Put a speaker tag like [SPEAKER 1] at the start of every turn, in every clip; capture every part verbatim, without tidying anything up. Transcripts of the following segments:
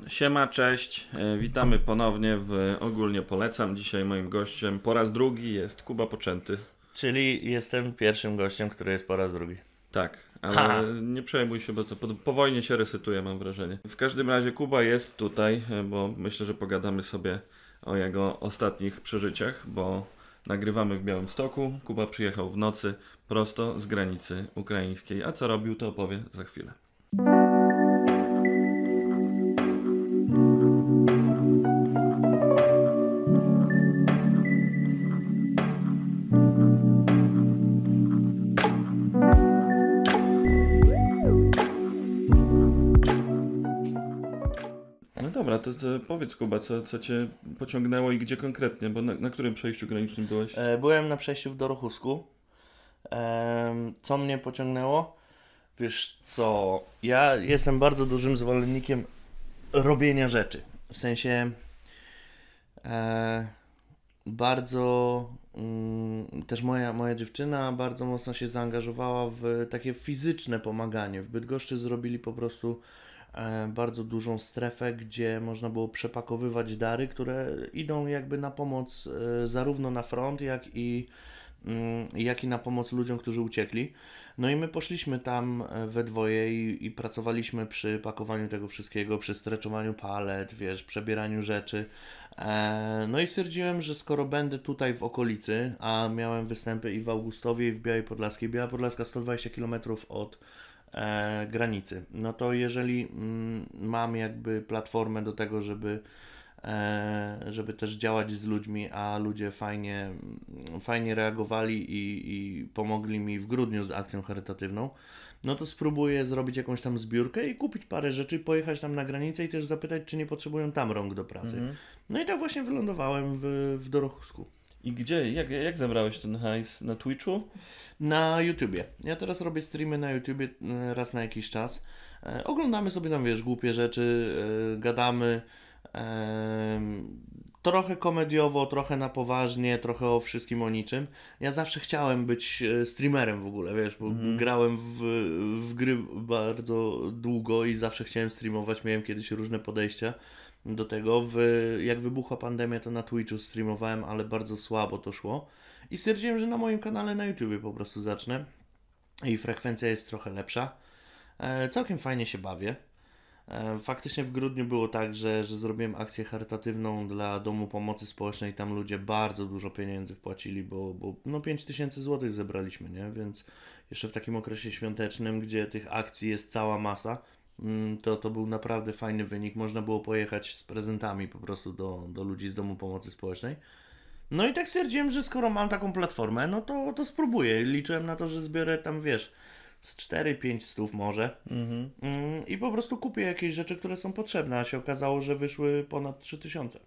[SPEAKER 1] Siema, cześć, e, witamy ponownie w Ogólnie Polecam. Dzisiaj moim gościem po raz drugi jest Kuba Poczęty.
[SPEAKER 2] Czyli jestem pierwszym gościem, który jest po raz drugi.
[SPEAKER 1] Tak, ale
[SPEAKER 2] Ha!
[SPEAKER 1] nie przejmuj się, bo to po, po wojnie się resetuje, mam wrażenie. W każdym razie Kuba jest tutaj, e, bo myślę, że pogadamy sobie o jego ostatnich przeżyciach, bo nagrywamy w Białymstoku. Kuba przyjechał w nocy prosto z granicy ukraińskiej, a co robił, to opowie za chwilę. No dobra, to, to powiedz Kuba, co, co cię pociągnęło i gdzie konkretnie, bo na, na którym przejściu granicznym byłeś?
[SPEAKER 2] E, byłem na przejściu w Dorochusku. E, co mnie pociągnęło? Wiesz co, ja jestem bardzo dużym zwolennikiem robienia rzeczy. W sensie e, bardzo mm, też moja, moja dziewczyna bardzo mocno się zaangażowała w takie fizyczne pomaganie. W Bydgoszczy zrobili po prostu e, bardzo dużą strefę, gdzie można było przepakowywać dary, które idą jakby na pomoc e, zarówno na front, jak i, mm, jak i na pomoc ludziom, którzy uciekli. No i my poszliśmy tam e, we dwoje i, i pracowaliśmy przy pakowaniu tego wszystkiego, przy streczowaniu palet, wiesz, przebieraniu rzeczy. E, No i stwierdziłem, że skoro będę tutaj w okolicy, a miałem występy i w Augustowie, i w Białej Podlaskiej, Biała Podlaska sto dwadzieścia kilometrów od e, granicy, no to jeżeli mm, mam jakby platformę do tego, żeby, e, żeby też działać z ludźmi, a ludzie fajnie, fajnie reagowali i, i pomogli mi w grudniu z akcją charytatywną, no to spróbuję zrobić jakąś tam zbiórkę i kupić parę rzeczy, pojechać tam na granicę i też zapytać, czy nie potrzebują tam rąk do pracy.
[SPEAKER 1] Mhm.
[SPEAKER 2] No i tak właśnie wylądowałem w, w Dorochusku.
[SPEAKER 1] I gdzie? Jak, jak zebrałeś ten hajs? Na Twitchu?
[SPEAKER 2] Na YouTubie. Ja teraz robię streamy na YouTubie e, raz na jakiś czas. E, oglądamy sobie tam, wiesz, głupie rzeczy, e, gadamy. E, trochę komediowo, trochę na poważnie, trochę o wszystkim, o niczym. Ja zawsze chciałem być e, streamerem w ogóle, wiesz, bo
[SPEAKER 1] Mhm.
[SPEAKER 2] grałem w, w gry bardzo długo i zawsze chciałem streamować. Miałem kiedyś różne podejścia do tego. W, jak wybuchła pandemia, to na Twitchu streamowałem, ale bardzo słabo to szło. I stwierdziłem, że na moim kanale na YouTubie po prostu zacznę. I frekwencja jest trochę lepsza. E, całkiem fajnie się bawię. E, faktycznie w grudniu było tak, że, że zrobiłem akcję charytatywną dla Domu Pomocy Społecznej. Tam ludzie bardzo dużo pieniędzy wpłacili, bo, bo no pięć tysięcy złotych zebraliśmy, nie? Więc jeszcze w takim okresie świątecznym, gdzie tych akcji jest cała masa, mm, to, to był naprawdę fajny wynik. Można było pojechać z prezentami po prostu do, do ludzi z Domu Pomocy Społecznej. No i tak stwierdziłem, że skoro mam taką platformę, no to, to spróbuję. Liczyłem na to, że zbiorę tam, wiesz, z cztery pięć stów może.
[SPEAKER 1] Mhm.
[SPEAKER 2] Mm, I po prostu kupię jakieś rzeczy, które są potrzebne, a się okazało, że wyszły ponad trzy tysiące.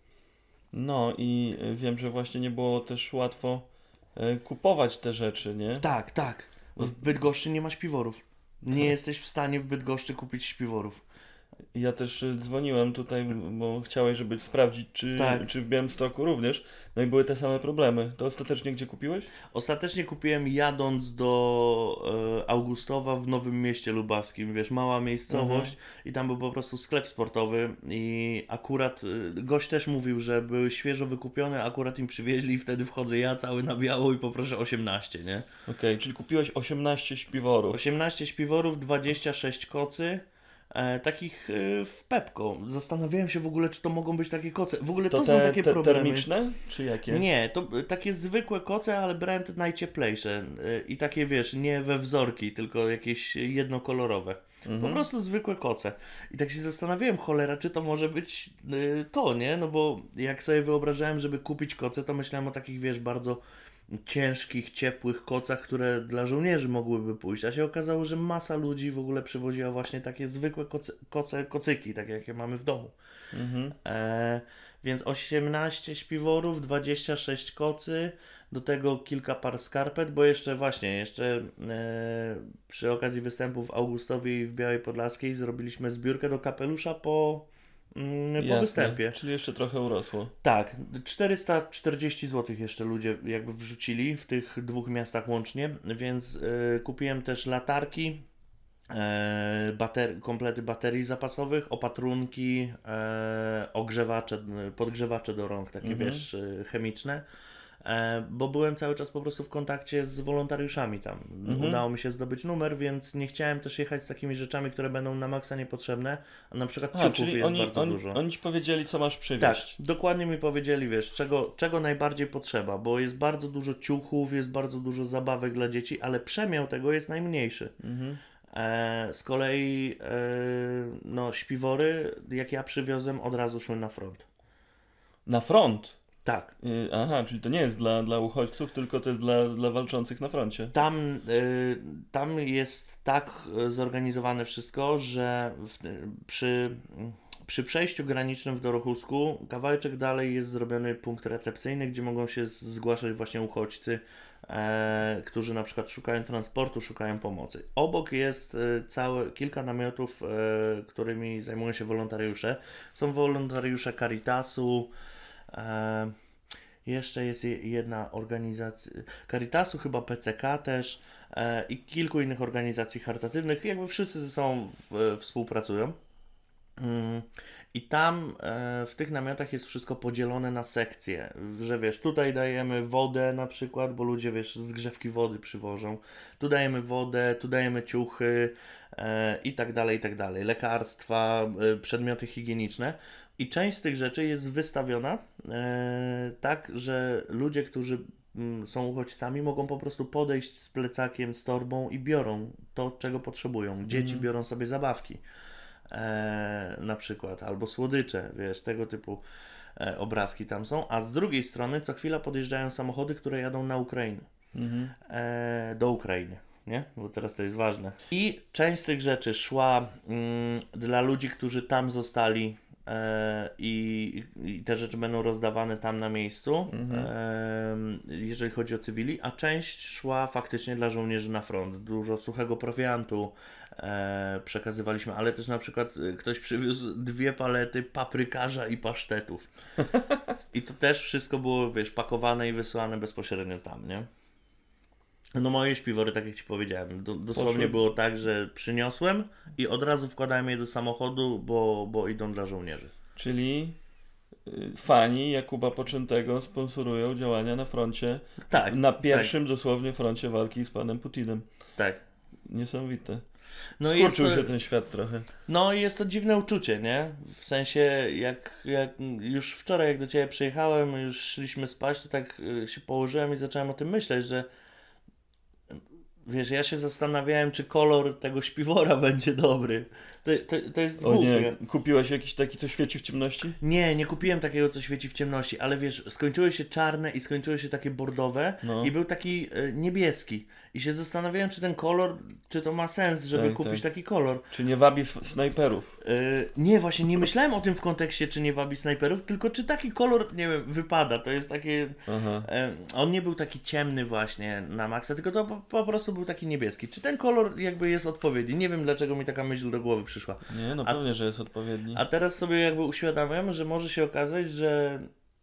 [SPEAKER 1] No i wiem, że właśnie nie było też łatwo e, kupować te rzeczy, nie?
[SPEAKER 2] Tak, tak. W Bydgoszczy nie ma śpiworów. Nie jesteś w stanie w Bydgoszczy kupić śpiworów.
[SPEAKER 1] Ja też e, dzwoniłem tutaj, bo chciałeś, żeby sprawdzić, czy,
[SPEAKER 2] Tak.
[SPEAKER 1] czy w Białymstoku również. No i były te same problemy. To ostatecznie gdzie kupiłeś?
[SPEAKER 2] Ostatecznie kupiłem jadąc do e, Augustowa w Nowym Mieście Lubawskim, wiesz, mała miejscowość i tam był po prostu sklep sportowy i akurat e, gość też mówił, że były świeżo wykupione, akurat im przywieźli i wtedy wchodzę ja cały na biało i poproszę osiemnaście, nie?
[SPEAKER 1] Okej, czyli kupiłeś osiemnaście śpiworów.
[SPEAKER 2] osiemnaście śpiworów, dwadzieścia sześć kocy. E, takich e, w Pepko. Zastanawiałem się w ogóle, czy to mogą być takie koce. W ogóle to,
[SPEAKER 1] To
[SPEAKER 2] są
[SPEAKER 1] te,
[SPEAKER 2] takie
[SPEAKER 1] te
[SPEAKER 2] problemy.
[SPEAKER 1] termiczne? Czy jakie?
[SPEAKER 2] Nie, to y, takie zwykłe koce, ale brałem te najcieplejsze y, i takie, wiesz, nie we wzorki, tylko jakieś jednokolorowe.
[SPEAKER 1] Mhm.
[SPEAKER 2] Po prostu zwykłe koce. I tak się zastanawiałem, cholera, czy to może być y, to, nie? No bo jak sobie wyobrażałem, żeby kupić koce, to myślałem o takich, wiesz, bardzo ciężkich, ciepłych kocach, które dla żołnierzy mogłyby pójść, a się okazało, że masa ludzi w ogóle przywoziła właśnie takie zwykłe koce, koce kocyki, takie jakie mamy w domu.
[SPEAKER 1] Mhm.
[SPEAKER 2] E, więc osiemnaście śpiworów, dwadzieścia sześć kocy, do tego kilka par skarpet, bo jeszcze właśnie, jeszcze e, przy okazji występów w Augustowie i w Białej Podlaskiej zrobiliśmy zbiórkę do kapelusza po, mm, po
[SPEAKER 1] Jasne.
[SPEAKER 2] występie.
[SPEAKER 1] Czyli jeszcze trochę urosło.
[SPEAKER 2] Tak, czterysta czterdzieści złotych jeszcze ludzie jakby wrzucili w tych dwóch miastach łącznie, więc e, kupiłem też latarki, e, bater- komplety baterii zapasowych, opatrunki, e, ogrzewacze, podgrzewacze do rąk, takie
[SPEAKER 1] Mhm.
[SPEAKER 2] wiesz, e, chemiczne. E, bo byłem cały czas po prostu w kontakcie z wolontariuszami tam.
[SPEAKER 1] Mhm.
[SPEAKER 2] Udało mi się zdobyć numer, więc nie chciałem też jechać z takimi rzeczami, które będą na maksa niepotrzebne, a na przykład
[SPEAKER 1] A,
[SPEAKER 2] ciuchów
[SPEAKER 1] czyli
[SPEAKER 2] jest
[SPEAKER 1] oni,
[SPEAKER 2] bardzo
[SPEAKER 1] on,
[SPEAKER 2] dużo.
[SPEAKER 1] oni ci powiedzieli, co masz
[SPEAKER 2] Tak,
[SPEAKER 1] przywieźć.
[SPEAKER 2] dokładnie mi powiedzieli, wiesz, czego, czego najbardziej potrzeba, bo jest bardzo dużo ciuchów, jest bardzo dużo zabawek dla dzieci, ale przemiał tego jest najmniejszy.
[SPEAKER 1] Mhm.
[SPEAKER 2] E, z kolei e, no, śpiwory, jak ja przywiozłem, od razu szły na front.
[SPEAKER 1] Na front.
[SPEAKER 2] Tak.
[SPEAKER 1] Y, Aha, czyli to nie jest dla, dla uchodźców, tylko to jest dla, dla walczących na froncie.
[SPEAKER 2] Tam, y, tam jest tak y, zorganizowane wszystko, że w, przy, przy przejściu granicznym w Dorochusku kawałeczek dalej jest zrobiony punkt recepcyjny, gdzie mogą się z- zgłaszać właśnie uchodźcy, e, którzy na przykład szukają transportu, szukają pomocy. Obok jest e, całe kilka namiotów, e, którymi zajmują się wolontariusze. Są wolontariusze Caritasu, e, jeszcze jest je- jedna organizacja Caritasu, chyba P C K też e, i kilku innych organizacji charytatywnych. Jakby wszyscy ze sobą w, współpracują. Mm, I tam e, w tych namiotach jest wszystko podzielone na sekcje, że wiesz, tutaj dajemy wodę na przykład, bo ludzie wiesz, zgrzewki wody przywożą, tu dajemy wodę, tu dajemy ciuchy e, i tak dalej, i tak dalej, lekarstwa, e, przedmioty higieniczne i część z tych rzeczy jest wystawiona e, tak, że ludzie, którzy mm, są uchodźcami, mogą po prostu podejść z plecakiem, z torbą i biorą to, czego potrzebują. Dzieci
[SPEAKER 1] Mhm.
[SPEAKER 2] biorą sobie zabawki e, na przykład, albo słodycze, wiesz, tego typu e, obrazki tam są, a z drugiej strony co chwila podjeżdżają samochody, które jadą na Ukrainę,
[SPEAKER 1] Mhm.
[SPEAKER 2] e, do Ukrainy, nie? Bo teraz to jest ważne. I część z tych rzeczy szła mm, dla ludzi, którzy tam zostali e, i, i te rzeczy będą rozdawane tam na miejscu,
[SPEAKER 1] Mhm.
[SPEAKER 2] e, jeżeli chodzi o cywili, a część szła faktycznie dla żołnierzy na front. Dużo suchego prowiantu e, przekazywaliśmy, ale też na przykład e, ktoś przywiózł dwie palety paprykarza i pasztetów. I to też wszystko było, wiesz, pakowane i wysyłane bezpośrednio tam, nie? No moje śpiwory, tak jak Ci powiedziałem, do, dosłownie
[SPEAKER 1] Poszły.
[SPEAKER 2] było tak, że przyniosłem i od razu wkładałem je do samochodu, bo, bo idą dla żołnierzy.
[SPEAKER 1] Czyli y, fani Jakuba Poczętego sponsorują działania na froncie,
[SPEAKER 2] Tak,
[SPEAKER 1] na pierwszym dosłownie froncie walki z panem Putinem.
[SPEAKER 2] tak.
[SPEAKER 1] Niesamowite.
[SPEAKER 2] No i jest
[SPEAKER 1] Skurczył
[SPEAKER 2] to,
[SPEAKER 1] się ten świat trochę.
[SPEAKER 2] no i jest to dziwne uczucie, nie? W sensie, jak, jak już wczoraj, jak do Ciebie przyjechałem, już szliśmy spać, to tak y, się położyłem i zacząłem o tym myśleć, że wiesz, ja się zastanawiałem, czy kolor tego śpiwora będzie dobry. To, to, to jest
[SPEAKER 1] O
[SPEAKER 2] głupie.
[SPEAKER 1] nie, kupiłeś jakiś taki, co świeci w ciemności?
[SPEAKER 2] Nie, nie kupiłem takiego, co świeci w ciemności, ale wiesz, skończyły się czarne i skończyły się takie bordowe
[SPEAKER 1] No.
[SPEAKER 2] i był taki e, niebieski. I się zastanawiałem, czy ten kolor, czy to ma sens, żeby
[SPEAKER 1] Tak,
[SPEAKER 2] kupić
[SPEAKER 1] tak.
[SPEAKER 2] taki kolor.
[SPEAKER 1] Czy nie wabi sw- snajperów?
[SPEAKER 2] E, nie, właśnie nie myślałem o tym w kontekście, czy nie wabi snajperów, tylko czy taki kolor, nie wiem, wypada. To jest takie...
[SPEAKER 1] Aha.
[SPEAKER 2] E, on nie był taki ciemny właśnie na maksa, tylko to po, po prostu był taki niebieski. Czy ten kolor jakby jest odpowiedni? Nie wiem, dlaczego mi taka myśl do głowy przyszła.
[SPEAKER 1] Nie, no
[SPEAKER 2] A-
[SPEAKER 1] pewnie, że jest odpowiedni.
[SPEAKER 2] A teraz sobie jakby uświadamiam, że może się okazać, że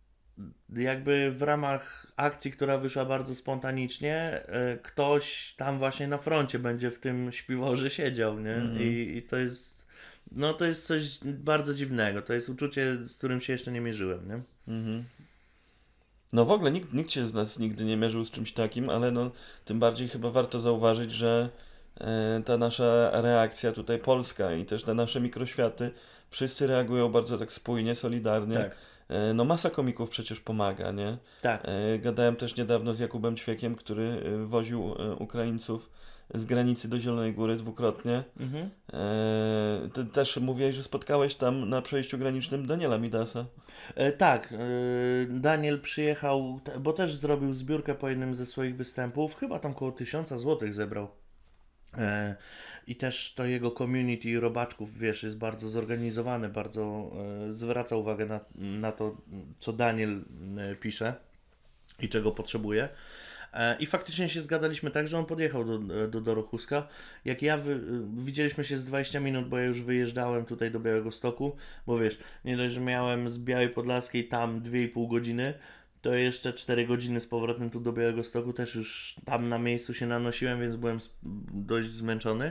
[SPEAKER 2] jakby w ramach akcji, która wyszła bardzo spontanicznie, e, ktoś tam właśnie na froncie będzie w tym śpiworze siedział, nie?
[SPEAKER 1] Mhm.
[SPEAKER 2] I, I to jest, no to jest coś bardzo dziwnego. To jest uczucie, z którym się jeszcze nie mierzyłem, nie?
[SPEAKER 1] Mhm. No w ogóle nikt, nikt się z nas nigdy nie mierzył z czymś takim, ale no tym bardziej chyba warto zauważyć, że e, ta nasza reakcja tutaj polska i też te nasze mikroświaty, wszyscy reagują bardzo tak spójnie, solidarnie.
[SPEAKER 2] Tak,
[SPEAKER 1] E, no masa komików przecież pomaga, nie?
[SPEAKER 2] tak.
[SPEAKER 1] E, gadałem też niedawno z Jakubem Ćwiekiem, który e, woził e, Ukraińców z granicy do Zielonej Góry dwukrotnie.
[SPEAKER 2] Mhm.
[SPEAKER 1] E, ty też mówiłeś, że spotkałeś tam na przejściu granicznym Daniela Midasa.
[SPEAKER 2] E, tak, e, Daniel przyjechał, te- bo też zrobił zbiórkę po jednym ze swoich występów, chyba tam koło tysiąca złotych zebrał. E, I też to jego community robaczków, wiesz, jest bardzo zorganizowane, bardzo e, zwraca uwagę na, na to, co Daniel e, pisze i czego potrzebuje. E, I faktycznie się zgadaliśmy tak, że on podjechał do, do Dorochuska. Jak ja wy, widzieliśmy się z dwadzieścia minut, bo ja już wyjeżdżałem tutaj do Białegostoku, bo wiesz, nie dość, że miałem z Białej Podlaskiej tam dwie i pół godziny, to to jeszcze cztery godziny z powrotem tu do Białegostoku, też już tam na miejscu się nanosiłem, więc byłem dość zmęczony.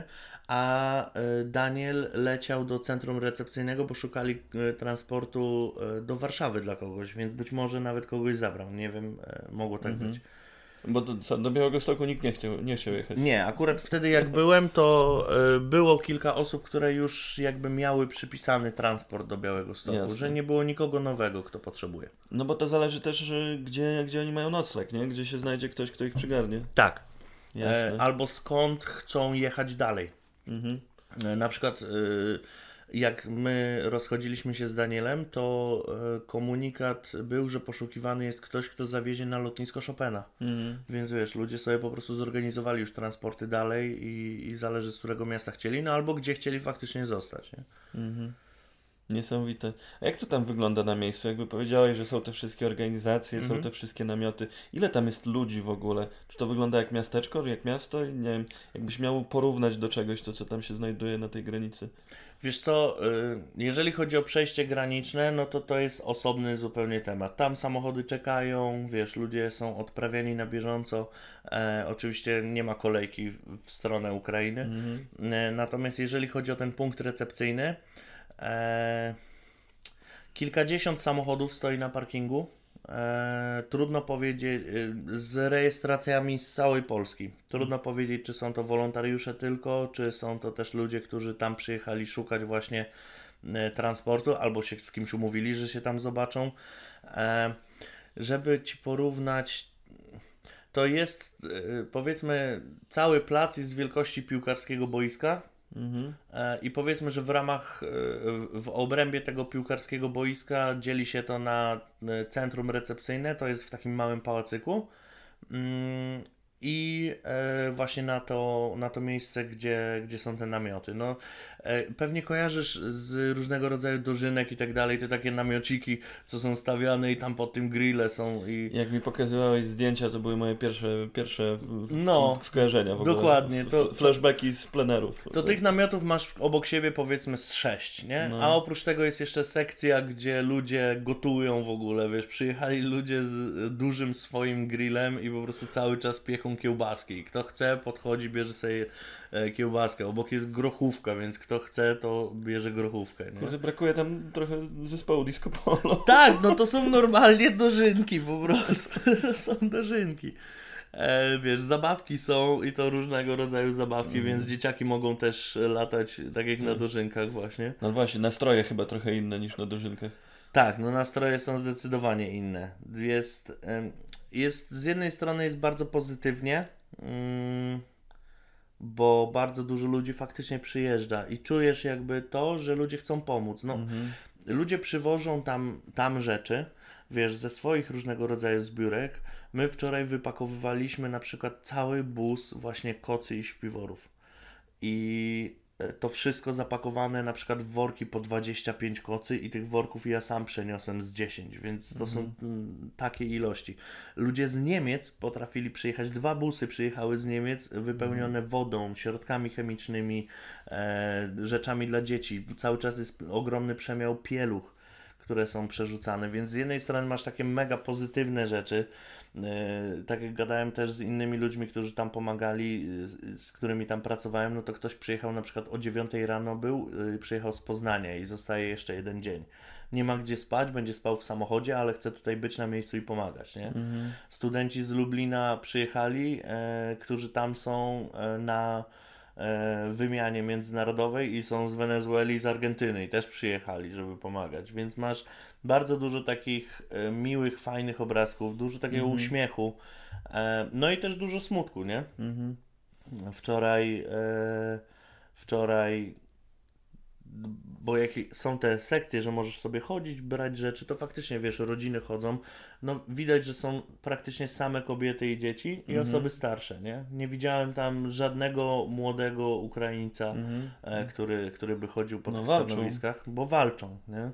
[SPEAKER 2] A Daniel leciał do centrum recepcyjnego, bo szukali transportu do Warszawy dla kogoś, więc być może nawet kogoś zabrał, nie wiem, mogło tak
[SPEAKER 1] mhm.
[SPEAKER 2] być.
[SPEAKER 1] Bo do, co, do Białegostoku nikt nie chciał, nie chciał jechać.
[SPEAKER 2] Nie, akurat wtedy jak byłem, to y, było kilka osób, które już jakby miały przypisany transport do Białegostoku,
[SPEAKER 1] Jasne.
[SPEAKER 2] że nie było nikogo nowego, kto potrzebuje.
[SPEAKER 1] No bo to zależy też, że gdzie, gdzie oni mają nocleg, nie? Gdzie się znajdzie ktoś, kto ich przygarnie.
[SPEAKER 2] Tak.
[SPEAKER 1] Jasne.
[SPEAKER 2] E, albo skąd chcą jechać dalej.
[SPEAKER 1] Mhm.
[SPEAKER 2] E, na przykład y, jak my rozchodziliśmy się z Danielem, to y, komunikat był, że poszukiwany jest ktoś, kto zawiezie na lotnisko Chopina.
[SPEAKER 1] Mhm.
[SPEAKER 2] Więc wiesz, ludzie sobie po prostu zorganizowali już transporty dalej i, i zależy z którego miasta chcieli, no albo gdzie chcieli faktycznie zostać, nie?
[SPEAKER 1] Mhm. Niesamowite. A jak to tam wygląda na miejscu? Jakby powiedziałeś, że są te wszystkie organizacje,
[SPEAKER 2] Mhm.
[SPEAKER 1] są te wszystkie namioty. Ile tam jest ludzi w ogóle? Czy to wygląda jak miasteczko, jak miasto? Nie wiem, jakbyś miał porównać do czegoś to, co tam się znajduje na tej granicy.
[SPEAKER 2] Wiesz co, y, jeżeli chodzi o przejście graniczne, no to to jest osobny zupełnie temat. Tam samochody czekają, wiesz, ludzie są odprawiani na bieżąco. E, oczywiście nie ma kolejki w stronę Ukrainy.
[SPEAKER 1] Mhm.
[SPEAKER 2] E, natomiast jeżeli chodzi o ten punkt recepcyjny, e, kilkadziesiąt samochodów stoi na parkingu. E, trudno powiedzieć, e, z rejestracjami z całej Polski. Trudno powiedzieć, czy są to wolontariusze tylko, czy są to też ludzie, którzy tam przyjechali szukać właśnie e, transportu, albo się z kimś umówili, że się tam zobaczą. E, żeby Ci porównać, to jest e, powiedzmy cały plac jest z wielkości piłkarskiego boiska.
[SPEAKER 1] Mhm.
[SPEAKER 2] I powiedzmy, że w ramach, w obrębie tego piłkarskiego boiska dzieli się to na centrum recepcyjne, to jest w takim małym pałacyku i właśnie na to, na to miejsce, gdzie, gdzie są te namioty. No, pewnie kojarzysz z różnego rodzaju dożynek i tak dalej, te takie namiociki, co są stawiane i tam pod tym grille są i...
[SPEAKER 1] Jak mi pokazywałeś zdjęcia, to były moje pierwsze, pierwsze w,
[SPEAKER 2] no,
[SPEAKER 1] skojarzenia w ogóle.
[SPEAKER 2] Dokładnie. To,
[SPEAKER 1] flashbacki z plenerów.
[SPEAKER 2] To, to tych namiotów masz obok siebie powiedzmy z sześć, nie?
[SPEAKER 1] No.
[SPEAKER 2] A oprócz tego jest jeszcze sekcja, gdzie ludzie gotują w ogóle, wiesz, przyjechali ludzie z dużym swoim grillem i po prostu cały czas piechą kiełbaski. Kto chce, podchodzi, bierze sobie kiełbaskę. Obok jest grochówka, więc kto chce, to bierze grochówkę, nie?
[SPEAKER 1] Kurde, brakuje tam trochę zespołu disco polo.
[SPEAKER 2] Tak, no to są normalnie dożynki po prostu. są dożynki. E, wiesz, zabawki są i to różnego rodzaju zabawki, mm. więc dzieciaki mogą też latać tak jak na dożynkach właśnie.
[SPEAKER 1] No właśnie, nastroje chyba trochę inne niż na dożynkach.
[SPEAKER 2] Tak, no nastroje są zdecydowanie inne. Jest, jest z jednej strony jest bardzo pozytywnie, mm, bo bardzo dużo ludzi faktycznie przyjeżdża i czujesz jakby to, że ludzie chcą pomóc. No, mm-hmm. Ludzie przywożą tam, tam rzeczy, wiesz, ze swoich różnego rodzaju zbiórek. My wczoraj wypakowywaliśmy na przykład cały bus właśnie kocy i śpiworów. I to wszystko zapakowane na przykład w worki po dwadzieścia pięć kocy i tych worków ja sam przeniosłem z dziesięć, więc to mhm. są m, takie ilości. Ludzie z Niemiec potrafili przyjechać, dwa busy przyjechały z Niemiec wypełnione mhm. wodą, środkami chemicznymi, e, rzeczami dla dzieci. Cały czas jest ogromny przemiał pieluch, które są przerzucane, więc z jednej strony masz takie mega pozytywne rzeczy, yy, tak jak gadałem też z innymi ludźmi, którzy tam pomagali, yy, z którymi tam pracowałem, no to ktoś przyjechał na przykład o dziewiątej rano był, yy, przyjechał z Poznania i zostaje jeszcze jeden dzień. Nie ma gdzie spać, będzie spał w samochodzie, ale chce tutaj być na miejscu i pomagać, nie? Mhm. Studenci z Lublina przyjechali, yy, którzy tam są yy, na wymianie międzynarodowej i są z Wenezueli i z Argentyny i też przyjechali, żeby pomagać, więc masz bardzo dużo takich e, miłych, fajnych obrazków, dużo takiego mm-hmm. uśmiechu, e, no i też dużo smutku, nie? Mm-hmm. Wczoraj e, wczoraj bo jak są te sekcje, że możesz sobie chodzić, brać rzeczy, to faktycznie, wiesz, rodziny chodzą, no widać, że są praktycznie same kobiety i dzieci i mm-hmm. osoby starsze, nie? Nie widziałem tam żadnego młodego Ukraińca, mm-hmm. e, który, który by chodził po no, tych walczą. stanowiskach, bo walczą, nie?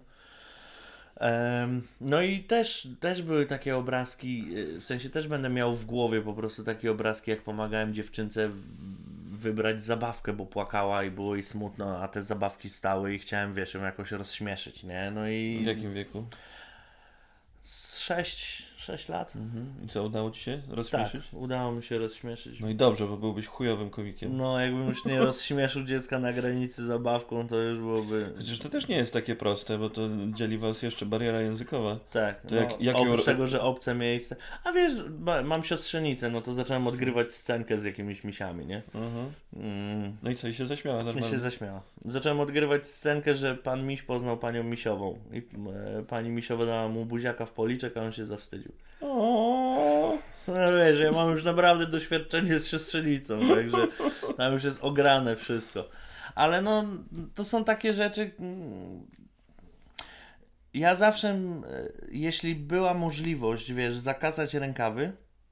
[SPEAKER 2] Um, no i też, też były takie obrazki, w sensie też będę miał w głowie po prostu takie obrazki, jak pomagałem dziewczynce wybrać zabawkę, bo płakała i było jej smutno, a te zabawki stały i chciałem, wiesz, ją jakoś rozśmieszyć, nie? No i...
[SPEAKER 1] W jakim wieku?
[SPEAKER 2] Z sześć sześć lat.
[SPEAKER 1] Mhm. I co, udało Ci się
[SPEAKER 2] Tak,
[SPEAKER 1] rozśmieszyć?
[SPEAKER 2] udało mi się rozśmieszyć.
[SPEAKER 1] No i dobrze, bo byłbyś chujowym komikiem.
[SPEAKER 2] No, jakbym już nie rozśmieszył dziecka na granicy zabawką, to już byłoby...
[SPEAKER 1] Chociaż to też nie jest takie proste, bo to dzieli was jeszcze bariera językowa.
[SPEAKER 2] Tak,
[SPEAKER 1] To
[SPEAKER 2] no,
[SPEAKER 1] jak- jak
[SPEAKER 2] oprócz
[SPEAKER 1] ją-
[SPEAKER 2] tego, że obce miejsce. A wiesz, ba- mam siostrzenicę, no to zacząłem odgrywać scenkę z jakimiś misiami, nie?
[SPEAKER 1] Mhm.
[SPEAKER 2] Mm.
[SPEAKER 1] No i co, i się zaśmiała
[SPEAKER 2] Ja
[SPEAKER 1] normalnie?
[SPEAKER 2] się zaśmiała. Zacząłem odgrywać scenkę, że pan miś poznał panią misiową. I e, pani misiowa dała mu buziaka w policzek, a on się zawstydził.
[SPEAKER 1] O.
[SPEAKER 2] No wiesz, ja mam już naprawdę doświadczenie z siostrzenicą, także tam już jest ograne wszystko. Ale no, to są takie rzeczy... mm, Ja zawsze, mm, jeśli była możliwość, wiesz, zakasać rękawy,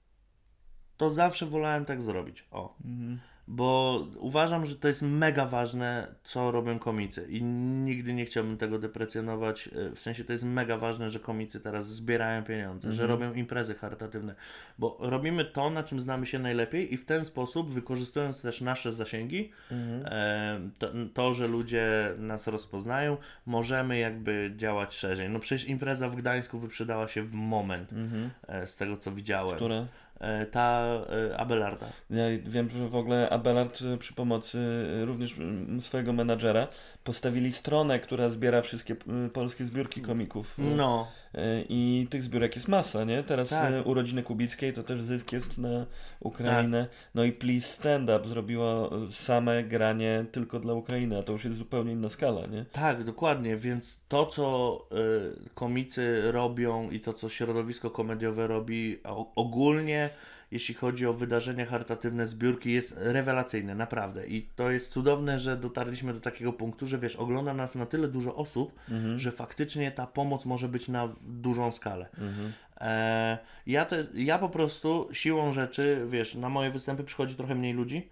[SPEAKER 2] to zawsze wolałem tak zrobić. O.
[SPEAKER 1] Mhm.
[SPEAKER 2] Bo uważam, że to jest mega ważne, co robią komicy i nigdy nie chciałbym tego deprecjonować. W sensie to jest mega ważne, że komicy teraz zbierają pieniądze,
[SPEAKER 1] Mhm.
[SPEAKER 2] że robią imprezy charytatywne, bo robimy to, na czym znamy się najlepiej i w ten sposób, wykorzystując też nasze zasięgi,
[SPEAKER 1] Mhm.
[SPEAKER 2] e, to, to, że ludzie nas rozpoznają, możemy jakby działać szerzej. No przecież impreza w Gdańsku wyprzedała się w moment,
[SPEAKER 1] Mhm.
[SPEAKER 2] e, z tego co widziałem.
[SPEAKER 1] Które?
[SPEAKER 2] E, ta e, Abelarda.
[SPEAKER 1] Ja wiem, że w ogóle Abelard y, przy pomocy y, również y, swojego menadżera postawili stronę, która zbiera wszystkie y, polskie zbiórki komików. Y,
[SPEAKER 2] No.
[SPEAKER 1] y, I tych zbiórek jest masa, nie? Teraz
[SPEAKER 2] Tak.
[SPEAKER 1] y, urodziny Kubickiej to też zysk jest na Ukrainę. No i Please Stand Up zrobiło y, same granie tylko dla Ukrainy, a to już jest zupełnie inna skala, nie?
[SPEAKER 2] Tak, dokładnie, więc to, co y, komicy robią i to, co środowisko komediowe robi o, ogólnie, jeśli chodzi o wydarzenia charytatywne, zbiórki, jest rewelacyjne, naprawdę. I to jest cudowne, że dotarliśmy do takiego punktu, że wiesz, ogląda nas na tyle dużo osób,
[SPEAKER 1] Mhm.
[SPEAKER 2] że faktycznie ta pomoc może być na dużą skalę.
[SPEAKER 1] Mhm.
[SPEAKER 2] E, ja, te, ja po prostu siłą rzeczy, wiesz, na moje występy przychodzi trochę mniej ludzi.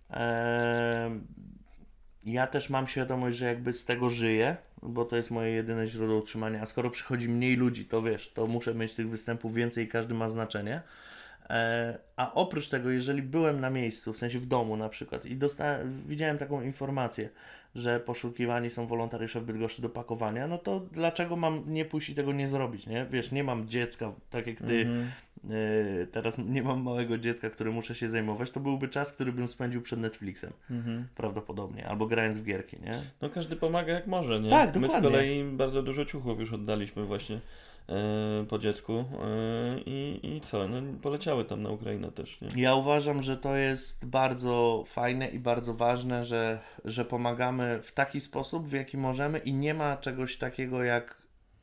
[SPEAKER 2] E, ja też mam świadomość, że jakby z tego żyję, bo to jest moje jedyne źródło utrzymania, a skoro przychodzi mniej ludzi, to wiesz, to muszę mieć tych występów więcej i każdy ma znaczenie. E, a oprócz tego, jeżeli byłem na miejscu, w sensie w domu na przykład i dostałem, widziałem taką informację, że poszukiwani są wolontariusze w Bydgoszczy do pakowania, no to dlaczego mam nie pójść i tego nie zrobić, nie? Wiesz, nie mam dziecka, tak jak ty,
[SPEAKER 1] Mhm.
[SPEAKER 2] e, teraz nie mam małego dziecka, którym muszę się zajmować, to byłby czas, który bym spędził przed Netflixem,
[SPEAKER 1] Mhm.
[SPEAKER 2] prawdopodobnie, albo grając w gierki, nie?
[SPEAKER 1] No każdy pomaga jak może, nie?
[SPEAKER 2] Tak,
[SPEAKER 1] My z
[SPEAKER 2] dokładnie.
[SPEAKER 1] kolei bardzo dużo ciuchów już oddaliśmy właśnie e, po dziecku e, i, i co? No poleciały tam na Ukrainę też, nie?
[SPEAKER 2] Ja uważam, że to jest bardzo fajne i bardzo ważne, że, że pomagamy w taki sposób, w jaki możemy i nie ma czegoś takiego jak...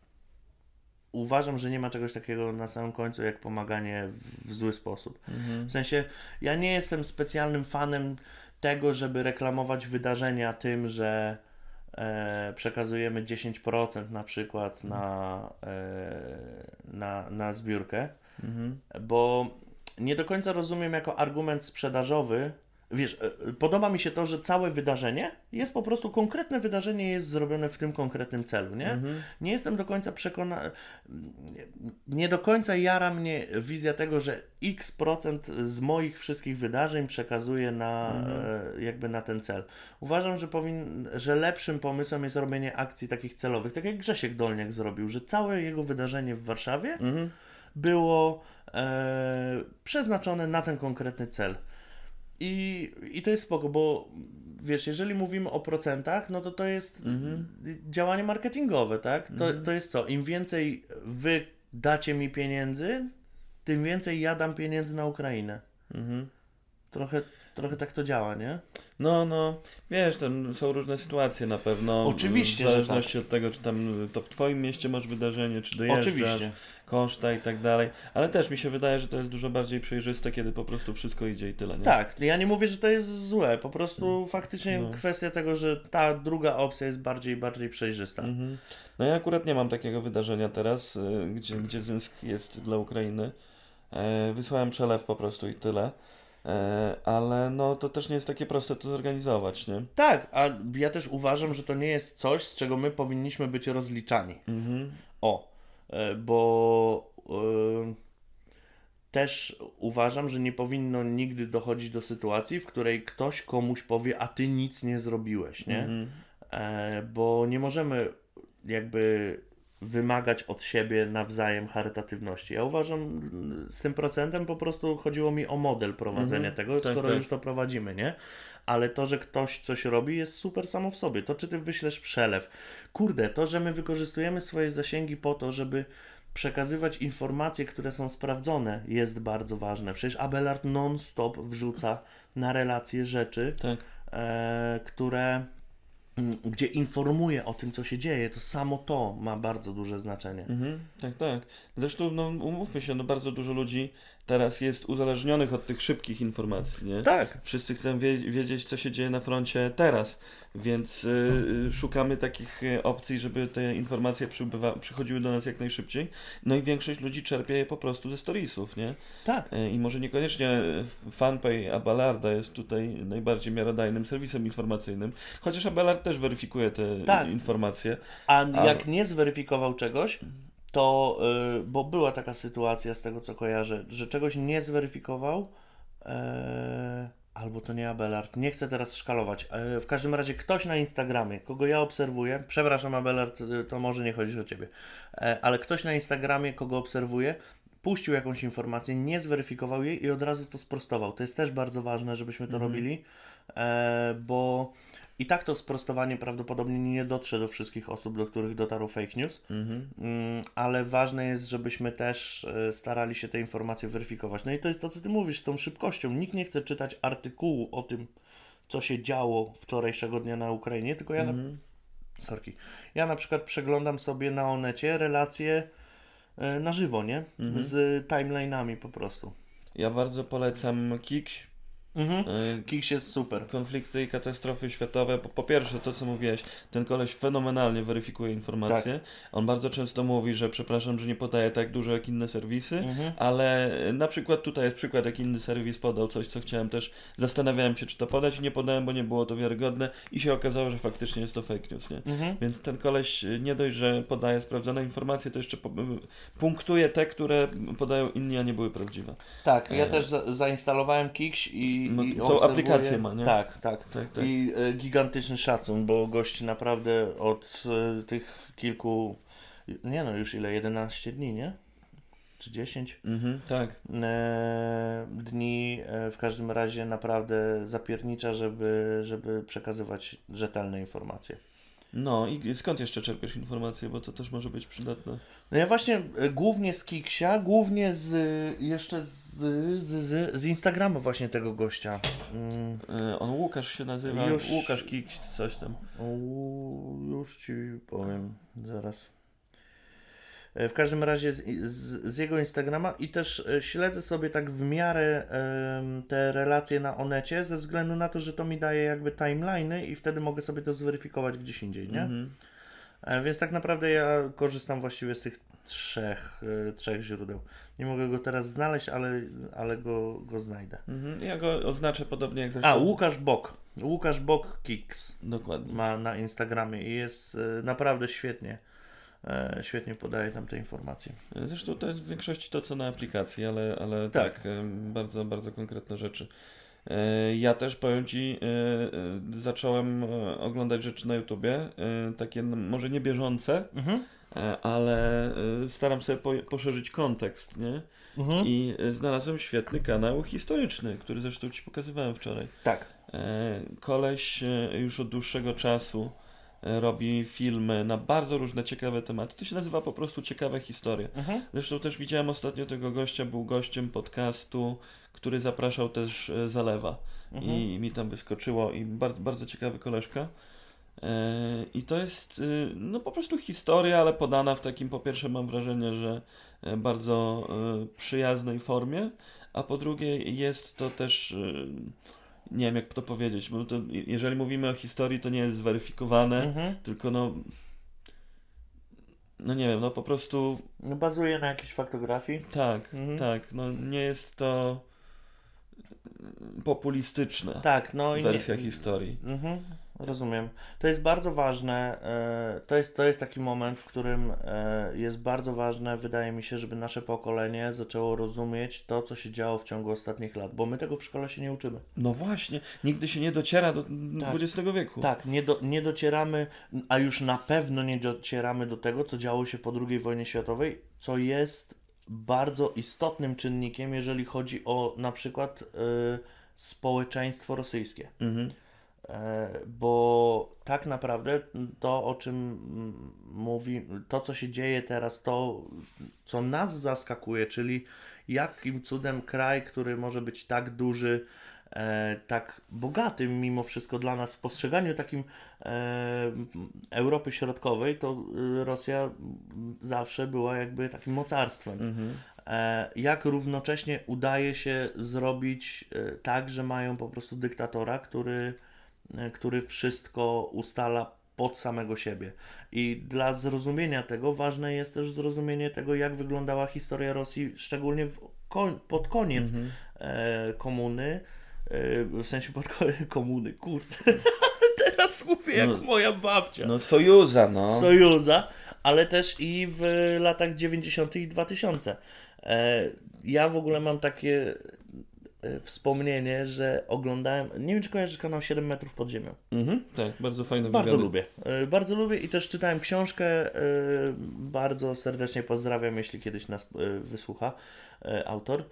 [SPEAKER 2] Uważam, że nie ma czegoś takiego na samym końcu jak pomaganie w, w zły sposób.
[SPEAKER 1] Mhm.
[SPEAKER 2] W sensie, ja nie jestem specjalnym fanem tego, żeby reklamować wydarzenia tym, że e, przekazujemy dziesięć procent na przykład na, e, na, na zbiórkę,
[SPEAKER 1] Mhm.
[SPEAKER 2] bo nie do końca rozumiem jako argument sprzedażowy. Wiesz, e, podoba mi się to, że całe wydarzenie jest po prostu, konkretne wydarzenie jest zrobione w tym konkretnym celu, nie?
[SPEAKER 1] Mhm.
[SPEAKER 2] Nie jestem do końca przekonany, nie do końca jara mnie wizja tego, że x procent z moich wszystkich wydarzeń przekazuję na,
[SPEAKER 1] Mhm.
[SPEAKER 2] e, jakby na ten cel. Uważam, że, powin, że lepszym pomysłem jest robienie akcji takich celowych, tak jak Grzesiek Dolniak zrobił, że całe jego wydarzenie w Warszawie
[SPEAKER 1] Mhm.
[SPEAKER 2] było e, przeznaczone na ten konkretny cel. I, I to jest spoko, bo wiesz, jeżeli mówimy o procentach, no to to jest
[SPEAKER 1] Mhm.
[SPEAKER 2] działanie marketingowe, tak? To,
[SPEAKER 1] Mhm.
[SPEAKER 2] to jest co? Im więcej wy dacie mi pieniędzy, tym więcej ja dam pieniędzy na Ukrainę.
[SPEAKER 1] Mhm.
[SPEAKER 2] Trochę, trochę tak to działa, nie?
[SPEAKER 1] No, no, wiesz, tam są różne sytuacje na pewno.
[SPEAKER 2] Oczywiście,
[SPEAKER 1] W
[SPEAKER 2] że
[SPEAKER 1] zależności od tego, czy tam to w twoim mieście masz wydarzenie, czy dojeżdżasz,
[SPEAKER 2] Oczywiście.
[SPEAKER 1] koszta i tak dalej. Ale też mi się wydaje, że to jest dużo bardziej przejrzyste, kiedy po prostu wszystko idzie i tyle, nie?
[SPEAKER 2] Tak, ja nie mówię, że to jest złe, po prostu faktycznie
[SPEAKER 1] No.
[SPEAKER 2] kwestia tego, że ta druga opcja jest bardziej, bardziej przejrzysta.
[SPEAKER 1] Mhm. No ja akurat nie mam takiego wydarzenia teraz, y, gdzie, gdzie zysk jest dla Ukrainy. E, Wysłałem przelew po prostu i tyle. E, Ale no to też nie jest takie proste to zorganizować, nie?
[SPEAKER 2] Tak, a ja też uważam, że to nie jest coś, z czego my powinniśmy być rozliczani.
[SPEAKER 1] Mhm.
[SPEAKER 2] O, e, bo e, też uważam, że nie powinno nigdy dochodzić do sytuacji, w której ktoś komuś powie, a ty nic nie zrobiłeś, nie?
[SPEAKER 1] Mhm.
[SPEAKER 2] E, bo nie możemy jakby wymagać od siebie nawzajem charytatywności. Ja uważam, z tym procentem po prostu chodziło mi o model prowadzenia
[SPEAKER 1] Mhm.
[SPEAKER 2] tego,
[SPEAKER 1] Tak,
[SPEAKER 2] skoro
[SPEAKER 1] tak.
[SPEAKER 2] już to prowadzimy, nie? Ale to, że ktoś coś robi, jest super samo w sobie. To, czy ty wyślesz przelew. Kurde, to, że my wykorzystujemy swoje zasięgi po to, żeby przekazywać informacje, które są sprawdzone, jest bardzo ważne. Przecież Abelard non-stop wrzuca na relacje rzeczy,
[SPEAKER 1] Tak.
[SPEAKER 2] e, które m, gdzie informuje o tym, co się dzieje. To samo to ma bardzo duże znaczenie.
[SPEAKER 1] Mhm, tak, tak. Zresztą, no, umówmy się, no, bardzo dużo ludzi teraz jest uzależnionych od tych szybkich informacji, nie?
[SPEAKER 2] Tak.
[SPEAKER 1] Wszyscy chcą wie wiedzieć, co się dzieje na froncie teraz, więc y, szukamy takich y, opcji, żeby te informacje przybywa przychodziły do nas jak najszybciej. No i większość ludzi czerpie je po prostu ze storiesów, nie?
[SPEAKER 2] Tak.
[SPEAKER 1] Y, I może niekoniecznie fanpage Abelarda jest tutaj najbardziej miarodajnym serwisem informacyjnym, chociaż Abelard też weryfikuje te
[SPEAKER 2] Tak.
[SPEAKER 1] informacje.
[SPEAKER 2] A
[SPEAKER 1] A-
[SPEAKER 2] jak nie zweryfikował czegoś, to, y, bo była taka sytuacja z tego, co kojarzę, że czegoś nie zweryfikował, e, albo to nie Abelard, nie chcę teraz szkalować. E, w każdym razie ktoś na Instagramie, kogo ja obserwuję, przepraszam Abelard, y, to może nie chodzi o Ciebie, e, ale ktoś na Instagramie, kogo obserwuję, puścił jakąś informację, nie zweryfikował jej i od razu to sprostował. To jest też bardzo ważne, żebyśmy to
[SPEAKER 1] Mhm.
[SPEAKER 2] robili, e, bo i tak to sprostowanie prawdopodobnie nie dotrze do wszystkich osób, do których dotarł fake news,
[SPEAKER 1] Mhm.
[SPEAKER 2] mm, ale ważne jest, żebyśmy też e, starali się te informacje weryfikować. No i to jest to, co Ty mówisz, z tą szybkością. Nikt nie chce czytać artykułu o tym, co się działo wczorajszego dnia na Ukrainie, tylko ja, na,
[SPEAKER 1] Mhm.
[SPEAKER 2] sorki, ja na przykład przeglądam sobie na Onecie relacje e, na żywo, nie?
[SPEAKER 1] Mhm.
[SPEAKER 2] Z timeline'ami po prostu.
[SPEAKER 1] Ja bardzo polecam Kikś.
[SPEAKER 2] Mhm.
[SPEAKER 1] y,
[SPEAKER 2] Kiks jest super.
[SPEAKER 1] Konflikty i katastrofy światowe. Po, po pierwsze, to co mówiłeś, ten koleś fenomenalnie weryfikuje informacje. On bardzo często mówi, że przepraszam, że nie podaje tak dużo jak inne serwisy,
[SPEAKER 2] Mhm.
[SPEAKER 1] ale na przykład tutaj jest przykład, jak inny serwis podał coś, co chciałem też, zastanawiałem się, czy to podać, nie podałem, bo nie było to wiarygodne i się okazało, że faktycznie jest to fake news, nie?
[SPEAKER 2] Mhm.
[SPEAKER 1] Więc ten koleś nie dość, że podaje sprawdzone informacje, to jeszcze po, punktuje te, które podają inni, a nie były prawdziwe.
[SPEAKER 2] Tak, ja
[SPEAKER 1] E.
[SPEAKER 2] też za, zainstalowałem Kiks i,
[SPEAKER 1] No,
[SPEAKER 2] i
[SPEAKER 1] tą
[SPEAKER 2] obserwuję-
[SPEAKER 1] aplikację ma, nie?
[SPEAKER 2] Tak, tak.
[SPEAKER 1] Tak, tak.
[SPEAKER 2] I e, gigantyczny szacun, bo gość naprawdę od e, tych kilku, nie no już ile, jedenaście dni, nie? Czy dziesięć
[SPEAKER 1] Mhm, tak.
[SPEAKER 2] e, dni e, w każdym razie naprawdę zapiernicza, żeby, żeby przekazywać rzetelne informacje.
[SPEAKER 1] No i skąd jeszcze czerpiesz informacje, bo to też może być przydatne.
[SPEAKER 2] No ja właśnie e, głównie z Kiksia, głównie z jeszcze z, z, z, z Instagrama właśnie tego gościa. Mm.
[SPEAKER 1] E, On Łukasz się nazywa,
[SPEAKER 2] Już-
[SPEAKER 1] Łukasz Kiks, coś tam.
[SPEAKER 2] O, już Ci powiem, zaraz. E, W każdym razie z, z, z jego Instagrama i też e, śledzę sobie tak w miarę em, te relacje na Onecie, ze względu na to, że to mi daje jakby timeline'y i wtedy mogę sobie to zweryfikować gdzieś indziej, nie?
[SPEAKER 1] Mhm.
[SPEAKER 2] E, Więc tak naprawdę ja korzystam właściwie z tych trzech, e, trzech źródeł. Nie mogę go teraz znaleźć, ale, ale go, go znajdę.
[SPEAKER 1] Mhm. Ja go oznaczę podobnie jak zresztą.
[SPEAKER 2] A, Łukasz Bok. Łukasz Bok Kiks
[SPEAKER 1] Dokładnie.
[SPEAKER 2] ma na Instagramie i jest e, naprawdę świetnie. E, świetnie podaje tam te informacje.
[SPEAKER 1] Zresztą to jest w większości to, co na aplikacji, ale, ale
[SPEAKER 2] Tak.
[SPEAKER 1] tak, em, bardzo, bardzo konkretne rzeczy. E, Ja też powiem Ci, e, e, zacząłem e, oglądać rzeczy na YouTubie, e, takie n- może nie bieżące,
[SPEAKER 2] Mhm.
[SPEAKER 1] e, ale e, staram sobie po, poszerzyć kontekst, nie?
[SPEAKER 2] Mhm.
[SPEAKER 1] I e, znalazłem świetny kanał historyczny, który zresztą Ci pokazywałem wczoraj.
[SPEAKER 2] Tak.
[SPEAKER 1] E, Koleś e, już od dłuższego czasu e, robi filmy na bardzo różne ciekawe tematy. To się nazywa po prostu Ciekawe Historie.
[SPEAKER 2] Mhm.
[SPEAKER 1] Zresztą też widziałem ostatnio tego gościa, był gościem podcastu, który zapraszał też e, Zalewa.
[SPEAKER 2] Mhm.
[SPEAKER 1] I mi tam wyskoczyło i bardzo, bardzo ciekawy koleżka. E, I to jest e, no po prostu historia, ale podana w takim, po pierwsze mam wrażenie, że e, bardzo e, przyjaznej formie, a po drugie jest to też, e, nie wiem jak to powiedzieć, bo to, jeżeli mówimy o historii, to nie jest zweryfikowane,
[SPEAKER 2] Mhm.
[SPEAKER 1] tylko no, no nie wiem, no po prostu
[SPEAKER 2] No, bazuje na jakiejś faktografii.
[SPEAKER 1] tak,
[SPEAKER 2] Mhm.
[SPEAKER 1] tak, no nie jest to populistyczna
[SPEAKER 2] Tak, no i
[SPEAKER 1] wersja
[SPEAKER 2] nie...
[SPEAKER 1] historii.
[SPEAKER 2] Mhm. rozumiem. To jest bardzo ważne, e, to jest, to jest taki moment, w którym e, jest bardzo ważne, wydaje mi się, żeby nasze pokolenie zaczęło rozumieć to, co się działo w ciągu ostatnich lat, bo my tego w szkole się nie uczymy.
[SPEAKER 1] No właśnie, nigdy się nie dociera do
[SPEAKER 2] Tak.
[SPEAKER 1] dwudziestego wieku.
[SPEAKER 2] Tak, nie, do, nie docieramy, a już na pewno nie docieramy do tego, co działo się po drugiej wojnie światowej, co jest bardzo istotnym czynnikiem, jeżeli chodzi o na przykład y, społeczeństwo rosyjskie.
[SPEAKER 1] Mhm.
[SPEAKER 2] E, bo tak naprawdę to, o czym mm, mówi, to co się dzieje teraz, to co nas zaskakuje, czyli jakim cudem kraj, który może być tak duży, e, tak bogatym mimo wszystko dla nas w postrzeganiu takim e, Europy Środkowej, to y, Rosja zawsze była jakby takim mocarstwem.
[SPEAKER 1] Mhm.
[SPEAKER 2] E, jak równocześnie udaje się zrobić e, tak, że mają po prostu dyktatora, który który wszystko ustala pod samego siebie. I dla zrozumienia tego ważne jest też zrozumienie tego, jak wyglądała historia Rosji, szczególnie w, ko- pod koniec
[SPEAKER 1] Mhm.
[SPEAKER 2] e, komuny, e, w sensie pod ko- komuny, kurde. Teraz mówię jak
[SPEAKER 1] No,
[SPEAKER 2] moja babcia.
[SPEAKER 1] No Sojuza, no.
[SPEAKER 2] Sojuza, ale też i w latach dziewięćdziesiątych i dwutysięcznych. E, ja w ogóle mam takie e, wspomnienie, że oglądałem, nie wiem czy kojarzysz kanał siedem metrów pod ziemią.
[SPEAKER 1] Mhm. Tak, bardzo fajne
[SPEAKER 2] Bardzo
[SPEAKER 1] wywiady.
[SPEAKER 2] lubię. E, bardzo lubię i też czytałem książkę. e, Bardzo serdecznie pozdrawiam, jeśli kiedyś nas e, wysłucha e, autor.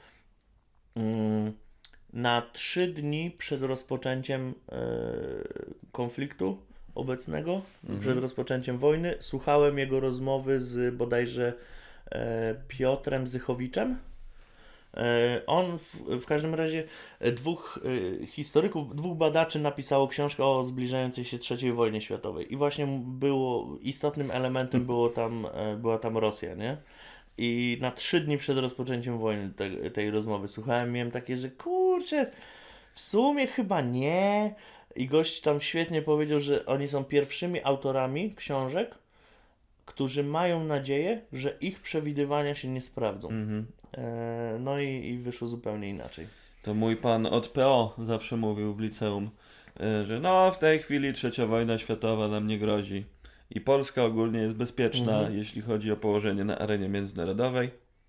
[SPEAKER 2] Mm, Na trzy dni przed rozpoczęciem e, konfliktu obecnego,
[SPEAKER 1] Mhm.
[SPEAKER 2] przed rozpoczęciem wojny, słuchałem jego rozmowy z bodajże e, Piotrem Zychowiczem. E, On w, w każdym razie e, dwóch e, historyków, dwóch badaczy napisało książkę o zbliżającej się trzeciej wojnie światowej i właśnie było istotnym elementem było tam, e, była tam Rosja, nie? I na trzy dni przed rozpoczęciem wojny te, tej rozmowy słuchałem, miałem takie, że kurczę, w sumie chyba nie. I gość tam świetnie powiedział, że oni są pierwszymi autorami książek, którzy mają nadzieję, że ich przewidywania się nie sprawdzą.
[SPEAKER 1] Mhm.
[SPEAKER 2] E, no i, i wyszło zupełnie inaczej.
[SPEAKER 1] To mój pan od P O zawsze mówił w liceum, y, że no w tej chwili trzecia wojna światowa nam nie grozi. I Polska ogólnie jest bezpieczna,
[SPEAKER 2] Mhm.
[SPEAKER 1] jeśli chodzi o położenie na arenie międzynarodowej.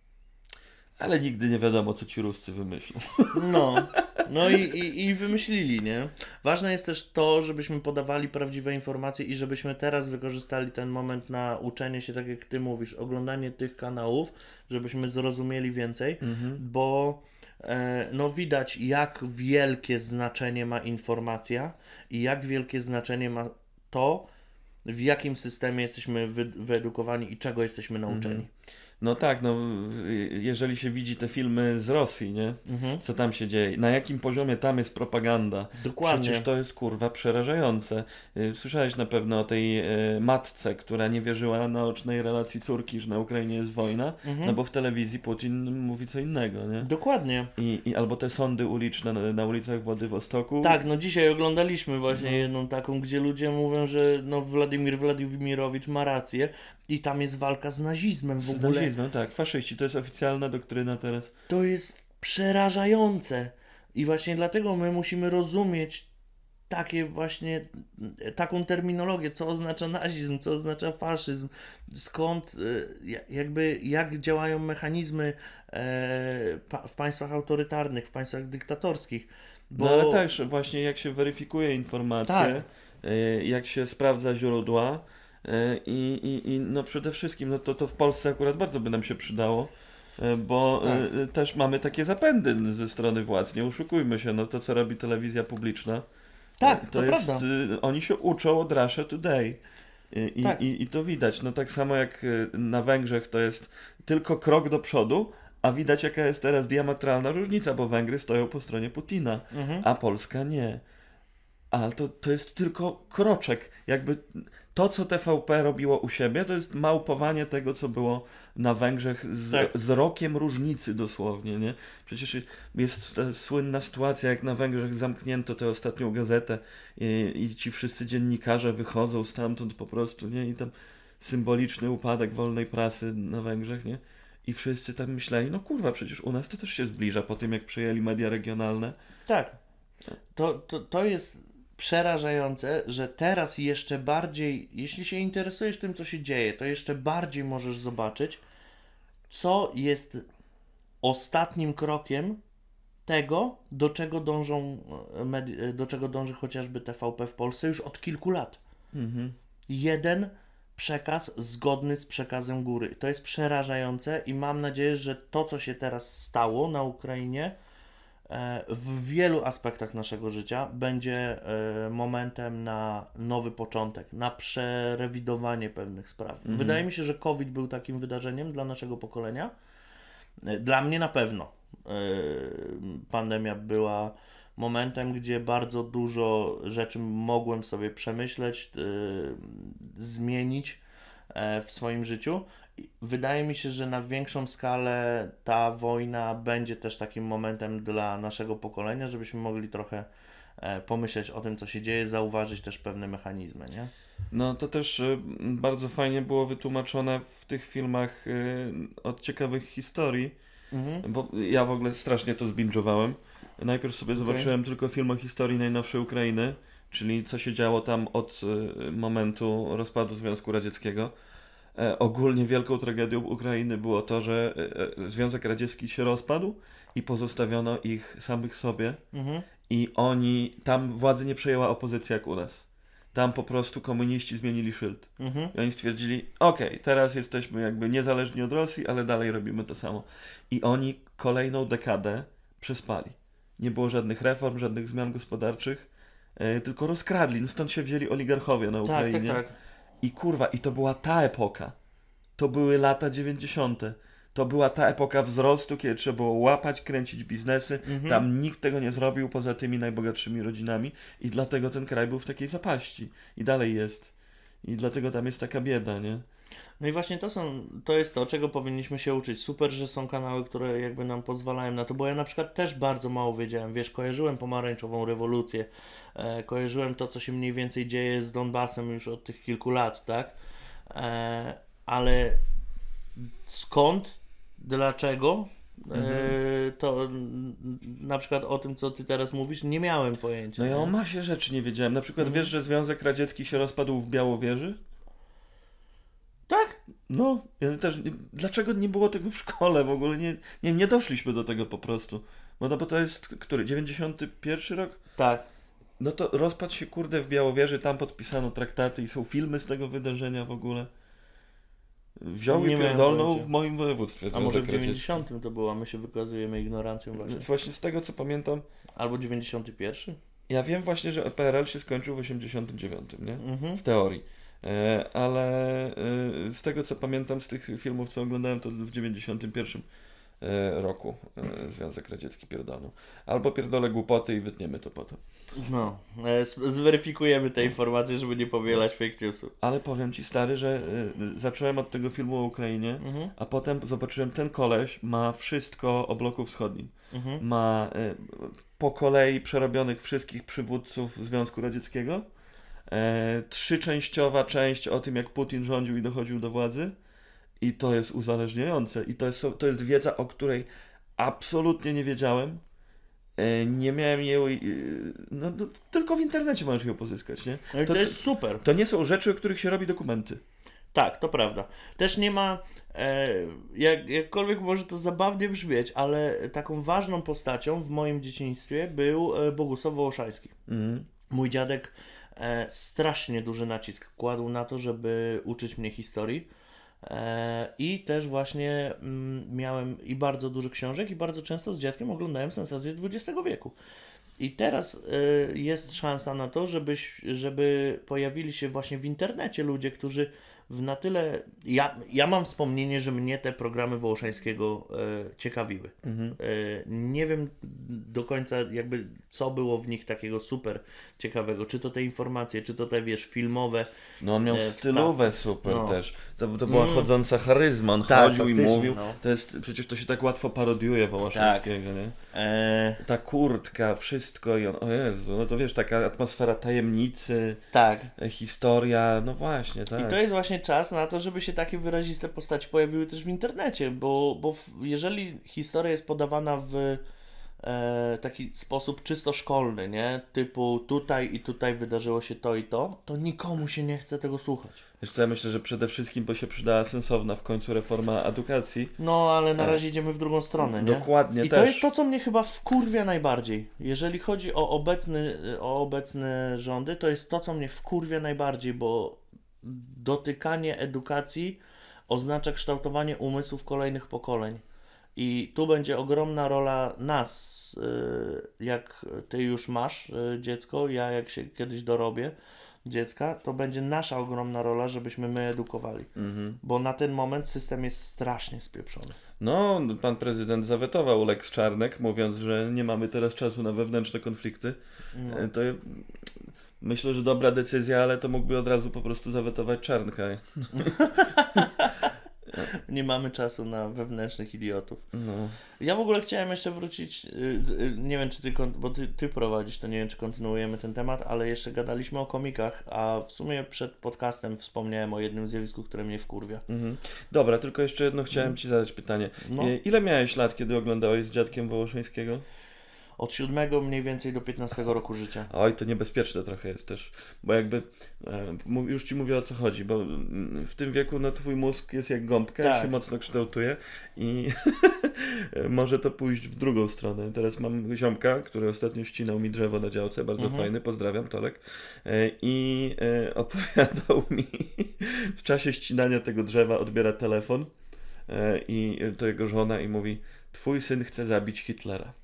[SPEAKER 1] Ale nigdy nie wiadomo, co ci Ruscy wymyślą.
[SPEAKER 2] No, no i, i, i wymyślili, nie? Ważne jest też to, żebyśmy podawali prawdziwe informacje i żebyśmy teraz wykorzystali ten moment na uczenie się, tak jak ty mówisz, oglądanie tych kanałów, żebyśmy zrozumieli więcej,
[SPEAKER 1] Mhm.
[SPEAKER 2] bo e, no widać, jak wielkie znaczenie ma informacja i jak wielkie znaczenie ma to, w jakim systemie jesteśmy wy, wyedukowani i czego jesteśmy nauczeni.
[SPEAKER 1] Mhm. No tak, no jeżeli się widzi te filmy z Rosji, nie?
[SPEAKER 2] Mhm.
[SPEAKER 1] Co tam się dzieje? Na jakim poziomie tam jest propaganda?
[SPEAKER 2] Dokładnie.
[SPEAKER 1] Przecież to jest kurwa przerażające. Y, Słyszałeś na pewno o tej y, matce, która nie wierzyła naocznej relacji córki, że na Ukrainie jest wojna,
[SPEAKER 2] Mhm.
[SPEAKER 1] no bo w telewizji Putin mówi co innego, nie?
[SPEAKER 2] Dokładnie.
[SPEAKER 1] I, i albo te sądy uliczne na, na ulicach Władywostoku.
[SPEAKER 2] Tak, no dzisiaj oglądaliśmy właśnie
[SPEAKER 1] No.
[SPEAKER 2] jedną taką, gdzie ludzie mówią, że no Władimir Władimirowicz ma rację i tam jest walka z nazizmem w
[SPEAKER 1] Z
[SPEAKER 2] ogóle.
[SPEAKER 1] nazizmem, tak. Faszyści, to jest oficjalna doktryna teraz.
[SPEAKER 2] To jest przerażające i właśnie dlatego my musimy rozumieć takie właśnie, taką terminologię, co oznacza nazizm, co oznacza faszyzm, skąd, e, ja- jakby, jak działają mechanizmy e, pa, w państwach autorytarnych, w państwach dyktatorskich. Bo...
[SPEAKER 1] No ale też właśnie jak się weryfikuje informacje,
[SPEAKER 2] Tak.
[SPEAKER 1] y, jak się sprawdza źródła y, i, i, i no przede wszystkim no to, to w Polsce akurat bardzo by nam się przydało, y, bo
[SPEAKER 2] Tak.
[SPEAKER 1] y, też mamy takie zapędy ze strony władz, nie oszukujmy się, no to co robi telewizja publiczna,
[SPEAKER 2] Tak,
[SPEAKER 1] to,
[SPEAKER 2] to
[SPEAKER 1] jest,
[SPEAKER 2] prawda.
[SPEAKER 1] y, oni się uczą od Russia Today. I, i,
[SPEAKER 2] Tak.
[SPEAKER 1] i, I to widać, no tak samo jak y, na Węgrzech to jest tylko krok do przodu, a widać jaka jest teraz diametralna różnica, bo Węgry stoją po stronie Putina,
[SPEAKER 2] Mhm.
[SPEAKER 1] a Polska nie. Ale to, to jest tylko kroczek. Jakby to, co T V P robiło u siebie, to jest małpowanie tego, co było na Węgrzech z,
[SPEAKER 2] Tak.
[SPEAKER 1] z rokiem różnicy dosłownie, nie? Przecież jest ta słynna sytuacja, jak na Węgrzech zamknięto tę ostatnią gazetę i, i ci wszyscy dziennikarze wychodzą stamtąd po prostu, nie? I tam symboliczny upadek wolnej prasy na Węgrzech, nie? I wszyscy tam myśleli, no kurwa, przecież u nas to też się zbliża po tym, jak przejęli media regionalne.
[SPEAKER 2] Tak. To, to, to jest przerażające, że teraz jeszcze bardziej, jeśli się interesujesz tym, co się dzieje, to jeszcze bardziej możesz zobaczyć, co jest ostatnim krokiem tego, do czego dążą, medi- do czego dąży chociażby T V P w Polsce już od kilku lat.
[SPEAKER 1] Mhm.
[SPEAKER 2] Jeden przekaz zgodny z przekazem góry. To jest przerażające i mam nadzieję, że to, co się teraz stało na Ukrainie, e, w wielu aspektach naszego życia będzie e, momentem na nowy początek, na przerewidowanie pewnych spraw.
[SPEAKER 1] Mhm.
[SPEAKER 2] Wydaje mi się, że COVID był takim wydarzeniem dla naszego pokolenia. E, Dla mnie na pewno. E, Pandemia była momentem, gdzie bardzo dużo rzeczy mogłem sobie przemyśleć, yy, zmienić e, w swoim życiu. I wydaje mi się, że na większą skalę ta wojna będzie też takim momentem dla naszego pokolenia, żebyśmy mogli trochę e, pomyśleć o tym, co się dzieje, zauważyć też pewne mechanizmy, nie?
[SPEAKER 1] No to też y, bardzo fajnie było wytłumaczone w tych filmach y, od ciekawych historii,
[SPEAKER 2] Mhm.
[SPEAKER 1] bo ja w ogóle strasznie to zbinge'owałem. Najpierw sobie
[SPEAKER 2] Okej.
[SPEAKER 1] zobaczyłem tylko film o historii najnowszej Ukrainy, czyli co się działo tam od y, momentu rozpadu Związku Radzieckiego. E, ogólnie wielką tragedią Ukrainy było to, że e, Związek Radziecki się rozpadł i pozostawiono ich samych sobie
[SPEAKER 2] Mhm.
[SPEAKER 1] i oni, tam władzy nie przejęła opozycja jak u nas. Tam po prostu komuniści zmienili szyld.
[SPEAKER 2] Mhm.
[SPEAKER 1] I oni stwierdzili, okej, teraz jesteśmy jakby niezależni od Rosji, ale dalej robimy to samo. I oni kolejną dekadę przespali. Nie było żadnych reform, żadnych zmian gospodarczych, e, tylko rozkradli. No stąd się wzięli oligarchowie na
[SPEAKER 2] Tak,
[SPEAKER 1] Ukrainie.
[SPEAKER 2] tak, tak.
[SPEAKER 1] I kurwa, i to była ta epoka. To były lata dziewięćdziesiąte. To była ta epoka wzrostu, kiedy trzeba było łapać, kręcić biznesy.
[SPEAKER 2] Mhm.
[SPEAKER 1] Tam nikt tego nie zrobił poza tymi najbogatszymi rodzinami i dlatego ten kraj był w takiej zapaści. I dalej jest. I dlatego tam jest taka bieda, nie?
[SPEAKER 2] No i właśnie to są, to jest to, czego powinniśmy się uczyć. Super, że są kanały, które jakby nam pozwalają na to, bo ja na przykład też bardzo mało wiedziałem, wiesz, kojarzyłem pomarańczową rewolucję, e, kojarzyłem to, co się mniej więcej dzieje z Donbasem już od tych kilku lat, tak? E, ale skąd, dlaczego,
[SPEAKER 1] Mhm.
[SPEAKER 2] e, to mm, na przykład o tym, co ty teraz mówisz, nie miałem pojęcia.
[SPEAKER 1] No ja o
[SPEAKER 2] nie?
[SPEAKER 1] masie rzeczy nie wiedziałem. Na przykład
[SPEAKER 2] Mhm.
[SPEAKER 1] wiesz, że Związek Radziecki się rozpadł w Białowieży?
[SPEAKER 2] Tak?
[SPEAKER 1] No, ja też. nie- Dlaczego nie było tego w szkole w ogóle? Nie, nie, nie doszliśmy do tego po prostu. Bo, no bo to jest który? dziewięćdziesiąty pierwszy rok?
[SPEAKER 2] Tak.
[SPEAKER 1] No to rozpadł się kurde w Białowieży, tam podpisano traktaty i są filmy z tego wydarzenia w ogóle. Wziął
[SPEAKER 2] Nie
[SPEAKER 1] i
[SPEAKER 2] miałem
[SPEAKER 1] pierdolną
[SPEAKER 2] pojęcia.
[SPEAKER 1] w moim województwie.
[SPEAKER 2] A
[SPEAKER 1] Związek
[SPEAKER 2] może w
[SPEAKER 1] Radziecki.
[SPEAKER 2] dziewięćdziesiątym to było, a my się wykazujemy ignorancją właśnie.
[SPEAKER 1] Właśnie z tego co pamiętam,
[SPEAKER 2] Albo dziewięćdziesiąty pierwszy?
[SPEAKER 1] ja wiem właśnie, że P R L się skończył w osiemdziesiątym dziewiątym, nie?
[SPEAKER 2] Mhm.
[SPEAKER 1] W teorii. E, ale e, z tego co pamiętam z tych filmów, co oglądałem, to w dziewięćdziesiątym pierwszym e, roku e, Związek Radziecki pierdolnął. Albo pierdolę głupoty i wytniemy to potem.
[SPEAKER 2] No, e, s- zweryfikujemy te informacje, żeby nie powielać fake newsów.
[SPEAKER 1] Ale powiem ci stary, że e, zacząłem od tego filmu o Ukrainie,
[SPEAKER 2] Mhm.
[SPEAKER 1] a potem zobaczyłem, ten koleś ma wszystko o bloku wschodnim.
[SPEAKER 2] Mhm.
[SPEAKER 1] Ma e, po kolei przerobionych wszystkich przywódców Związku Radzieckiego. E, trzyczęściowa część o tym, jak Putin rządził i dochodził do władzy. I to jest uzależniające. I to jest, to jest wiedza, o której absolutnie nie wiedziałem. E, nie miałem jej... e, No, no, tylko w internecie możesz ją pozyskać, nie?
[SPEAKER 2] No i to,
[SPEAKER 1] To-
[SPEAKER 2] jest super.
[SPEAKER 1] To nie są rzeczy, o których się robi dokumenty.
[SPEAKER 2] Tak, to prawda. Też nie ma, e, jak, jakkolwiek może to zabawnie brzmieć, ale taką ważną postacią w moim dzieciństwie był e, Bogusław Wołoszajski.
[SPEAKER 1] Mhm.
[SPEAKER 2] Mój dziadek e, strasznie duży nacisk kładł na to, żeby uczyć mnie historii. E, I też właśnie mm, miałem i bardzo dużo książek i bardzo często z dziadkiem oglądałem sensacje dwudziestego wieku. I teraz e, jest szansa na to, żebyś, żeby pojawili się właśnie w internecie ludzie, którzy w na tyle... Ja, ja mam wspomnienie, że mnie te programy Wołoszańskiego e, ciekawiły.
[SPEAKER 1] Mhm.
[SPEAKER 2] E, nie wiem do końca jakby co było w nich takiego super ciekawego. Czy to te informacje, czy to te, wiesz, filmowe.
[SPEAKER 1] No on miał
[SPEAKER 2] E,
[SPEAKER 1] stylówę super
[SPEAKER 2] No.
[SPEAKER 1] też. To, to była
[SPEAKER 2] Mm.
[SPEAKER 1] chodząca charyzma. On
[SPEAKER 2] Tak,
[SPEAKER 1] chodził i
[SPEAKER 2] faktycznie,
[SPEAKER 1] mówił.
[SPEAKER 2] no.
[SPEAKER 1] To jest, przecież to się tak łatwo parodiuje Wołoszańskiego, nie?
[SPEAKER 2] E,
[SPEAKER 1] Ta kurtka, wszystko i on, o Jezu, no to wiesz, taka atmosfera tajemnicy,
[SPEAKER 2] tak.
[SPEAKER 1] e, historia, no właśnie, tak.
[SPEAKER 2] I to jest właśnie czas na to, żeby się takie wyraziste postaci pojawiły też w internecie, bo, bo w, jeżeli historia jest podawana w e, taki sposób czysto szkolny, nie? Typu tutaj i tutaj wydarzyło się to i to, to nikomu się nie chce tego słuchać.
[SPEAKER 1] Wiesz co, ja myślę, że przede wszystkim by się przydała sensowna w końcu reforma edukacji.
[SPEAKER 2] No, ale na razie idziemy w drugą stronę, nie?
[SPEAKER 1] Dokładnie
[SPEAKER 2] I
[SPEAKER 1] też.
[SPEAKER 2] to jest to, co mnie chyba wkurwia najbardziej. Jeżeli chodzi o, obecny, o obecne rządy, to jest to, co mnie wkurwia najbardziej, bo dotykanie edukacji oznacza kształtowanie umysłów kolejnych pokoleń. I tu będzie ogromna rola nas, y, jak ty już masz y, dziecko, ja jak się kiedyś dorobię dziecka, to będzie nasza ogromna rola, żebyśmy my edukowali.
[SPEAKER 1] Mhm.
[SPEAKER 2] Bo na ten moment system jest strasznie spieprzony.
[SPEAKER 1] No, pan prezydent zawetował Lex Czarnek, mówiąc, że nie mamy teraz czasu na wewnętrzne konflikty.
[SPEAKER 2] No.
[SPEAKER 1] To myślę, że dobra decyzja, ale to mógłby od razu po prostu zawetować Czarnka.
[SPEAKER 2] Nie mamy czasu na wewnętrznych idiotów.
[SPEAKER 1] No.
[SPEAKER 2] Ja w ogóle chciałem jeszcze wrócić, nie wiem czy ty, bo ty, ty prowadzisz, to nie wiem czy kontynuujemy ten temat, ale jeszcze gadaliśmy o komikach, a w sumie przed podcastem wspomniałem o jednym zjawisku, które mnie wkurwia.
[SPEAKER 1] Mhm. Dobra, tylko jeszcze jedno chciałem ci zadać pytanie.
[SPEAKER 2] No.
[SPEAKER 1] Ile miałeś lat, kiedy oglądałeś z dziadkiem Wołoszyńskiego?
[SPEAKER 2] Od siódmego mniej więcej do piętnastego roku życia.
[SPEAKER 1] Oj, to niebezpieczne trochę jest też, bo jakby, e, już ci mówię o co chodzi, bo w tym wieku no twój mózg jest jak gąbka, tak. się mocno kształtuje i może to pójść w drugą stronę. Teraz mam ziomka, który ostatnio ścinał mi drzewo na działce, bardzo mhm. fajny, pozdrawiam Tolek, e, i e, opowiadał mi, w czasie ścinania tego drzewa odbiera telefon e, i to jego żona i mówi: twój syn chce zabić Hitlera.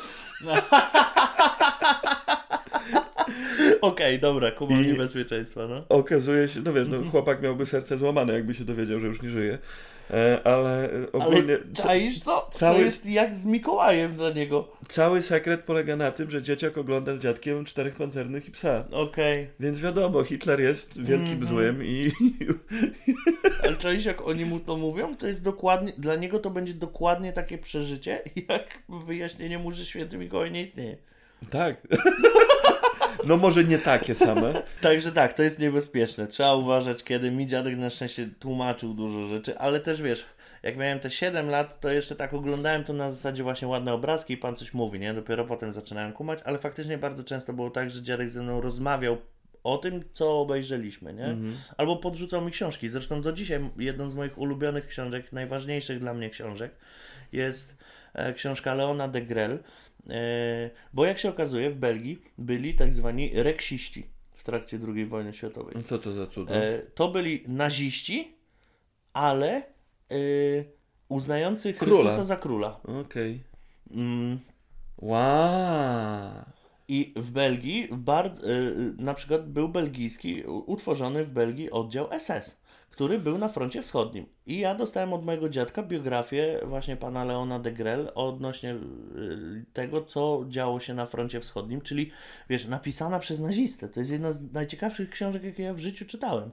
[SPEAKER 2] Okej, okay, dobra, kumul niebezpieczeństwa, no.
[SPEAKER 1] Okazuje się, no wiesz, no, chłopak miałby serce złamane, jakby się dowiedział, że już nie żyje. E, ale ogólnie...
[SPEAKER 2] Ale czaisz to?
[SPEAKER 1] Cały,
[SPEAKER 2] to jest jak z Mikołajem dla niego.
[SPEAKER 1] Cały sekret polega na tym, że dzieciak ogląda z dziadkiem Czterech Pancernych i Psa.
[SPEAKER 2] Okej. Okay.
[SPEAKER 1] Więc wiadomo, Hitler jest wielkim mm-hmm. złym i...
[SPEAKER 2] Ale czaisz, jak oni mu to mówią? To jest dokładnie... Dla niego to będzie dokładnie takie przeżycie, jak wyjaśnienie mu, że Święty Mikołaj nie istnieje.
[SPEAKER 1] Tak. No może nie takie same.
[SPEAKER 2] Także tak, to jest niebezpieczne. Trzeba uważać, kiedy mi dziadek na szczęście tłumaczył dużo rzeczy, ale też wiesz, jak miałem te siedem lat, to jeszcze tak oglądałem to na zasadzie właśnie ładne obrazki i pan coś mówi, nie? Dopiero potem zaczynałem kumać, ale faktycznie bardzo często było tak, że dziadek ze mną rozmawiał o tym, co obejrzeliśmy, nie? Mm-hmm. Albo podrzucał mi książki. Zresztą do dzisiaj jedną z moich ulubionych książek, najważniejszych dla mnie książek jest e, książka Leona Degrelle. Bo jak się okazuje, w Belgii byli tak zwani reksiści w trakcie drugiej wojny światowej.
[SPEAKER 1] Co to za cudo?
[SPEAKER 2] To byli naziści, ale uznający
[SPEAKER 1] Króla.
[SPEAKER 2] Chrystusa za króla.
[SPEAKER 1] Okej. Okay.
[SPEAKER 2] Mm.
[SPEAKER 1] Wow.
[SPEAKER 2] I w Belgii bardzo, na przykład był belgijski, utworzony w Belgii oddział S S, który był na froncie wschodnim. I ja dostałem od mojego dziadka biografię właśnie pana Leona Degrelle odnośnie tego, co działo się na froncie wschodnim, czyli wiesz, napisana przez nazistę. To jest jedna z najciekawszych książek, jakie ja w życiu czytałem.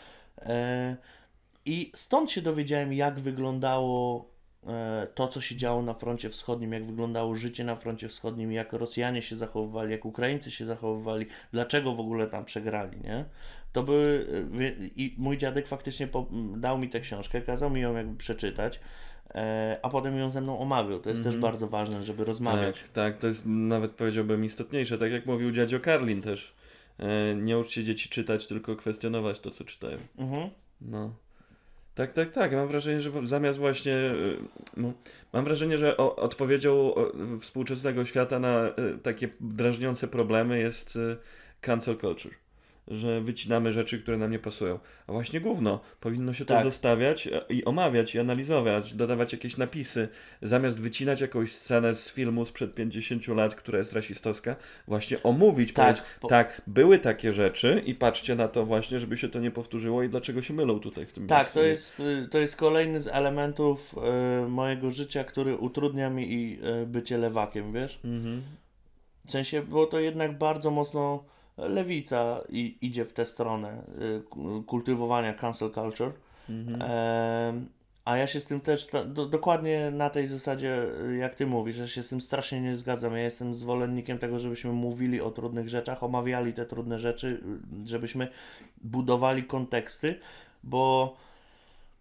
[SPEAKER 2] I stąd się dowiedziałem, jak wyglądało to, co się działo na froncie wschodnim, jak wyglądało życie na froncie wschodnim, jak Rosjanie się zachowywali, jak Ukraińcy się zachowywali, dlaczego w ogóle tam przegrali, nie? To były... I mój dziadek faktycznie po, dał mi tę książkę, kazał mi ją jakby przeczytać, e, a potem ją ze mną omawiał. To jest mm-hmm. też bardzo ważne, żeby rozmawiać.
[SPEAKER 1] Tak, tak, to jest nawet powiedziałbym istotniejsze. Tak jak mówił dziadzio Karlin też. E, nie uczcie dzieci czytać, tylko kwestionować to, co czytają.
[SPEAKER 2] Mhm.
[SPEAKER 1] No. Tak, tak, tak. Mam wrażenie, że zamiast właśnie... No, mam wrażenie, że o, odpowiedzią współczesnego świata na takie drażniące problemy jest cancel culture. Że wycinamy rzeczy, które nam nie pasują. A właśnie gówno. Powinno się to tak. zostawiać i omawiać, i analizować, dodawać jakieś napisy. Zamiast wycinać jakąś scenę z filmu sprzed pięćdziesięciu lat, która jest rasistowska, właśnie omówić, tak, powiedzieć, po... tak, były takie rzeczy i patrzcie na to właśnie, żeby się to nie powtórzyło i dlaczego się mylą tutaj w tym
[SPEAKER 2] Tak,
[SPEAKER 1] miejscu.
[SPEAKER 2] to jest, to jest kolejny z elementów y, mojego życia, który utrudnia mi i y, bycie lewakiem, wiesz?
[SPEAKER 1] Mhm.
[SPEAKER 2] W sensie, bo to jednak bardzo mocno lewica i, idzie w tę stronę y, kultywowania cancel culture, mhm. e, a ja się z tym też ta, do, dokładnie na tej zasadzie, jak ty mówisz, że się z tym strasznie nie zgadzam. Ja jestem zwolennikiem tego, żebyśmy mówili o trudnych rzeczach, omawiali te trudne rzeczy, żebyśmy budowali konteksty, bo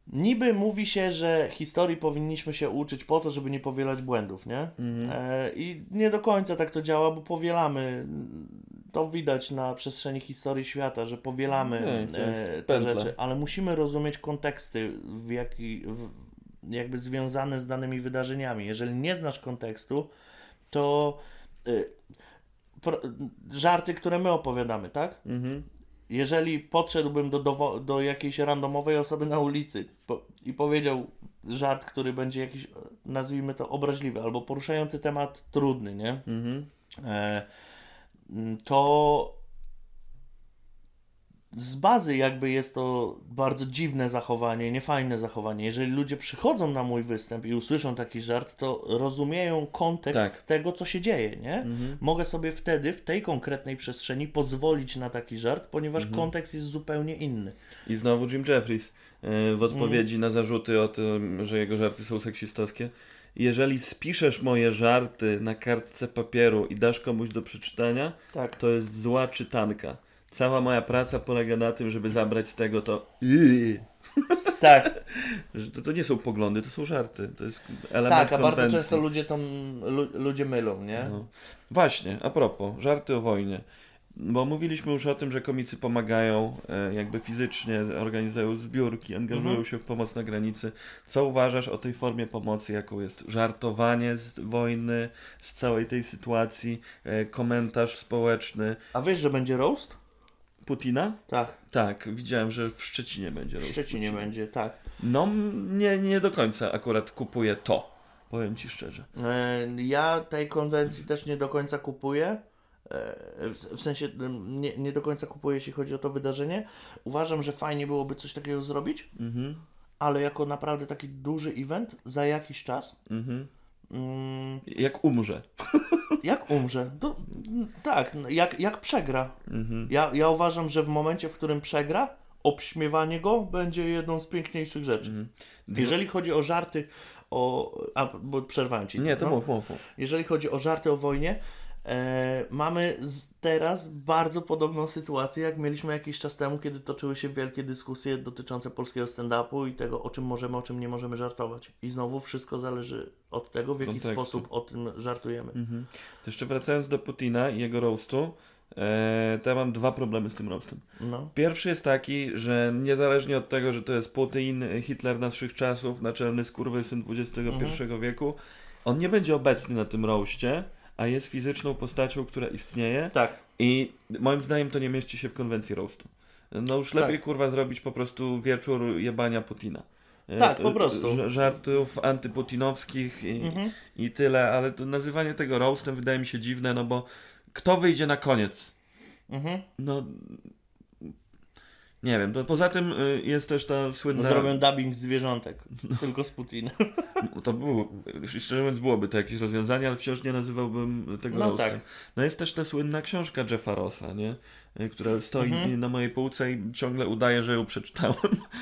[SPEAKER 2] niby mówi się, że historii powinniśmy się uczyć po to, żeby nie powielać błędów, nie?
[SPEAKER 1] Mhm.
[SPEAKER 2] E, I nie do końca tak to działa, bo powielamy. To widać na przestrzeni historii świata, że powielamy
[SPEAKER 1] Nie, to jest
[SPEAKER 2] e, te
[SPEAKER 1] pętla.
[SPEAKER 2] rzeczy, ale musimy rozumieć konteksty, w jaki, w, jakby związane z danymi wydarzeniami. Jeżeli nie znasz kontekstu, to y, pro, żarty, które my opowiadamy, tak?
[SPEAKER 1] Mhm.
[SPEAKER 2] Jeżeli podszedłbym do, do, do jakiejś randomowej osoby na ulicy po, i powiedział żart, który będzie jakiś, nazwijmy to, obraźliwy albo poruszający temat trudny, nie?
[SPEAKER 1] Mhm.
[SPEAKER 2] E, to z bazy jakby jest to bardzo dziwne zachowanie, niefajne zachowanie. Jeżeli ludzie przychodzą na mój występ i usłyszą taki żart, to rozumieją kontekst
[SPEAKER 1] Tak.
[SPEAKER 2] tego, co się dzieje, nie?
[SPEAKER 1] Mhm.
[SPEAKER 2] Mogę sobie wtedy w tej konkretnej przestrzeni pozwolić na taki żart, ponieważ
[SPEAKER 1] Mhm.
[SPEAKER 2] kontekst jest zupełnie inny.
[SPEAKER 1] I znowu Jim Jeffries e, w odpowiedzi na zarzuty o tym, że jego żarty są seksistowskie. Jeżeli spiszesz moje żarty na kartce papieru i dasz komuś do przeczytania,
[SPEAKER 2] Tak.
[SPEAKER 1] to jest zła czytanka. Cała moja praca polega na tym, żeby zabrać z tego to... Yy.
[SPEAKER 2] Tak,
[SPEAKER 1] Że To, to nie są poglądy, to są żarty. To jest element
[SPEAKER 2] tak, a bardzo
[SPEAKER 1] konwencji.
[SPEAKER 2] często ludzie to lu, ludzie mylą, nie?
[SPEAKER 1] No. Właśnie, a propos, żarty o wojnie. Bo mówiliśmy już o tym, że komicy pomagają e, jakby fizycznie, organizują zbiórki, angażują
[SPEAKER 2] Mhm.
[SPEAKER 1] się w pomoc na granicy. Co uważasz o tej formie pomocy, jaką jest żartowanie z wojny, z całej tej sytuacji, e, komentarz społeczny
[SPEAKER 2] A wiesz, że będzie roast?
[SPEAKER 1] Putina?
[SPEAKER 2] Tak,
[SPEAKER 1] Tak, widziałem, że w Szczecinie będzie
[SPEAKER 2] w
[SPEAKER 1] roast
[SPEAKER 2] Szczecinie
[SPEAKER 1] Putina.
[SPEAKER 2] będzie, tak.
[SPEAKER 1] No, m, nie, nie do końca akurat kupuję to, powiem Ci szczerze.
[SPEAKER 2] E, Ja tej konwencji też nie do końca kupuję. E, W w sensie m, nie, nie do końca kupuję, jeśli chodzi o to wydarzenie. Uważam, że fajnie byłoby coś takiego zrobić,
[SPEAKER 1] Mhm,
[SPEAKER 2] ale jako naprawdę taki duży event za jakiś czas.
[SPEAKER 1] mhm.
[SPEAKER 2] Mm,
[SPEAKER 1] Jak umrze.
[SPEAKER 2] jak umrze? To, mm, tak, no, jak, jak przegra.
[SPEAKER 1] Mhm.
[SPEAKER 2] Ja, ja uważam, że w momencie, w którym przegra, obśmiewanie go będzie jedną z piękniejszych rzeczy.
[SPEAKER 1] Mhm.
[SPEAKER 2] Jeżeli chodzi o żarty o... A, bo przerwałem Ci.
[SPEAKER 1] Nie, to
[SPEAKER 2] no.
[SPEAKER 1] mów, mów, mów.
[SPEAKER 2] Jeżeli chodzi o żarty o wojnie, e, mamy z, teraz bardzo podobną sytuację, jak mieliśmy jakiś czas temu, kiedy toczyły się wielkie dyskusje dotyczące polskiego stand-upu i tego, o czym możemy, o czym nie możemy żartować. I znowu wszystko zależy od tego, w jaki
[SPEAKER 1] Kontekstu.
[SPEAKER 2] sposób o tym żartujemy.
[SPEAKER 1] Mhm. To jeszcze wracając do Putina i jego roastu, e, to ja mam dwa problemy z tym roastem.
[SPEAKER 2] No.
[SPEAKER 1] Pierwszy jest taki, że niezależnie od tego, że to jest Putin, Hitler naszych czasów, naczelny skurwysyn dwudziestego pierwszego wieku, on nie będzie obecny na tym roaście, a jest fizyczną postacią, która istnieje
[SPEAKER 2] Tak.
[SPEAKER 1] i moim zdaniem to nie mieści się w konwencji roastu. No już lepiej
[SPEAKER 2] Tak.
[SPEAKER 1] kurwa zrobić po prostu wieczór jebania Putina. E,
[SPEAKER 2] Tak, po prostu.
[SPEAKER 1] ż- Żartów antyputinowskich i,
[SPEAKER 2] Mhm.
[SPEAKER 1] i tyle, ale to nazywanie tego roastem wydaje mi się dziwne, no bo kto wyjdzie na koniec?
[SPEAKER 2] Mhm.
[SPEAKER 1] No nie wiem, to poza tym y, jest też ta
[SPEAKER 2] No,
[SPEAKER 1] słynna...
[SPEAKER 2] zrobią dubbing zwierzątek, tylko z Putinem.
[SPEAKER 1] To było, szczerze mówiąc byłoby to jakieś rozwiązanie, ale wciąż nie nazywałbym tego
[SPEAKER 2] No
[SPEAKER 1] roastem.
[SPEAKER 2] tak.
[SPEAKER 1] No jest też ta słynna książka Jeffa Rossa, nie? Y, która stoi
[SPEAKER 2] Mhm.
[SPEAKER 1] na mojej półce i ciągle udaje, że ją przeczytałem.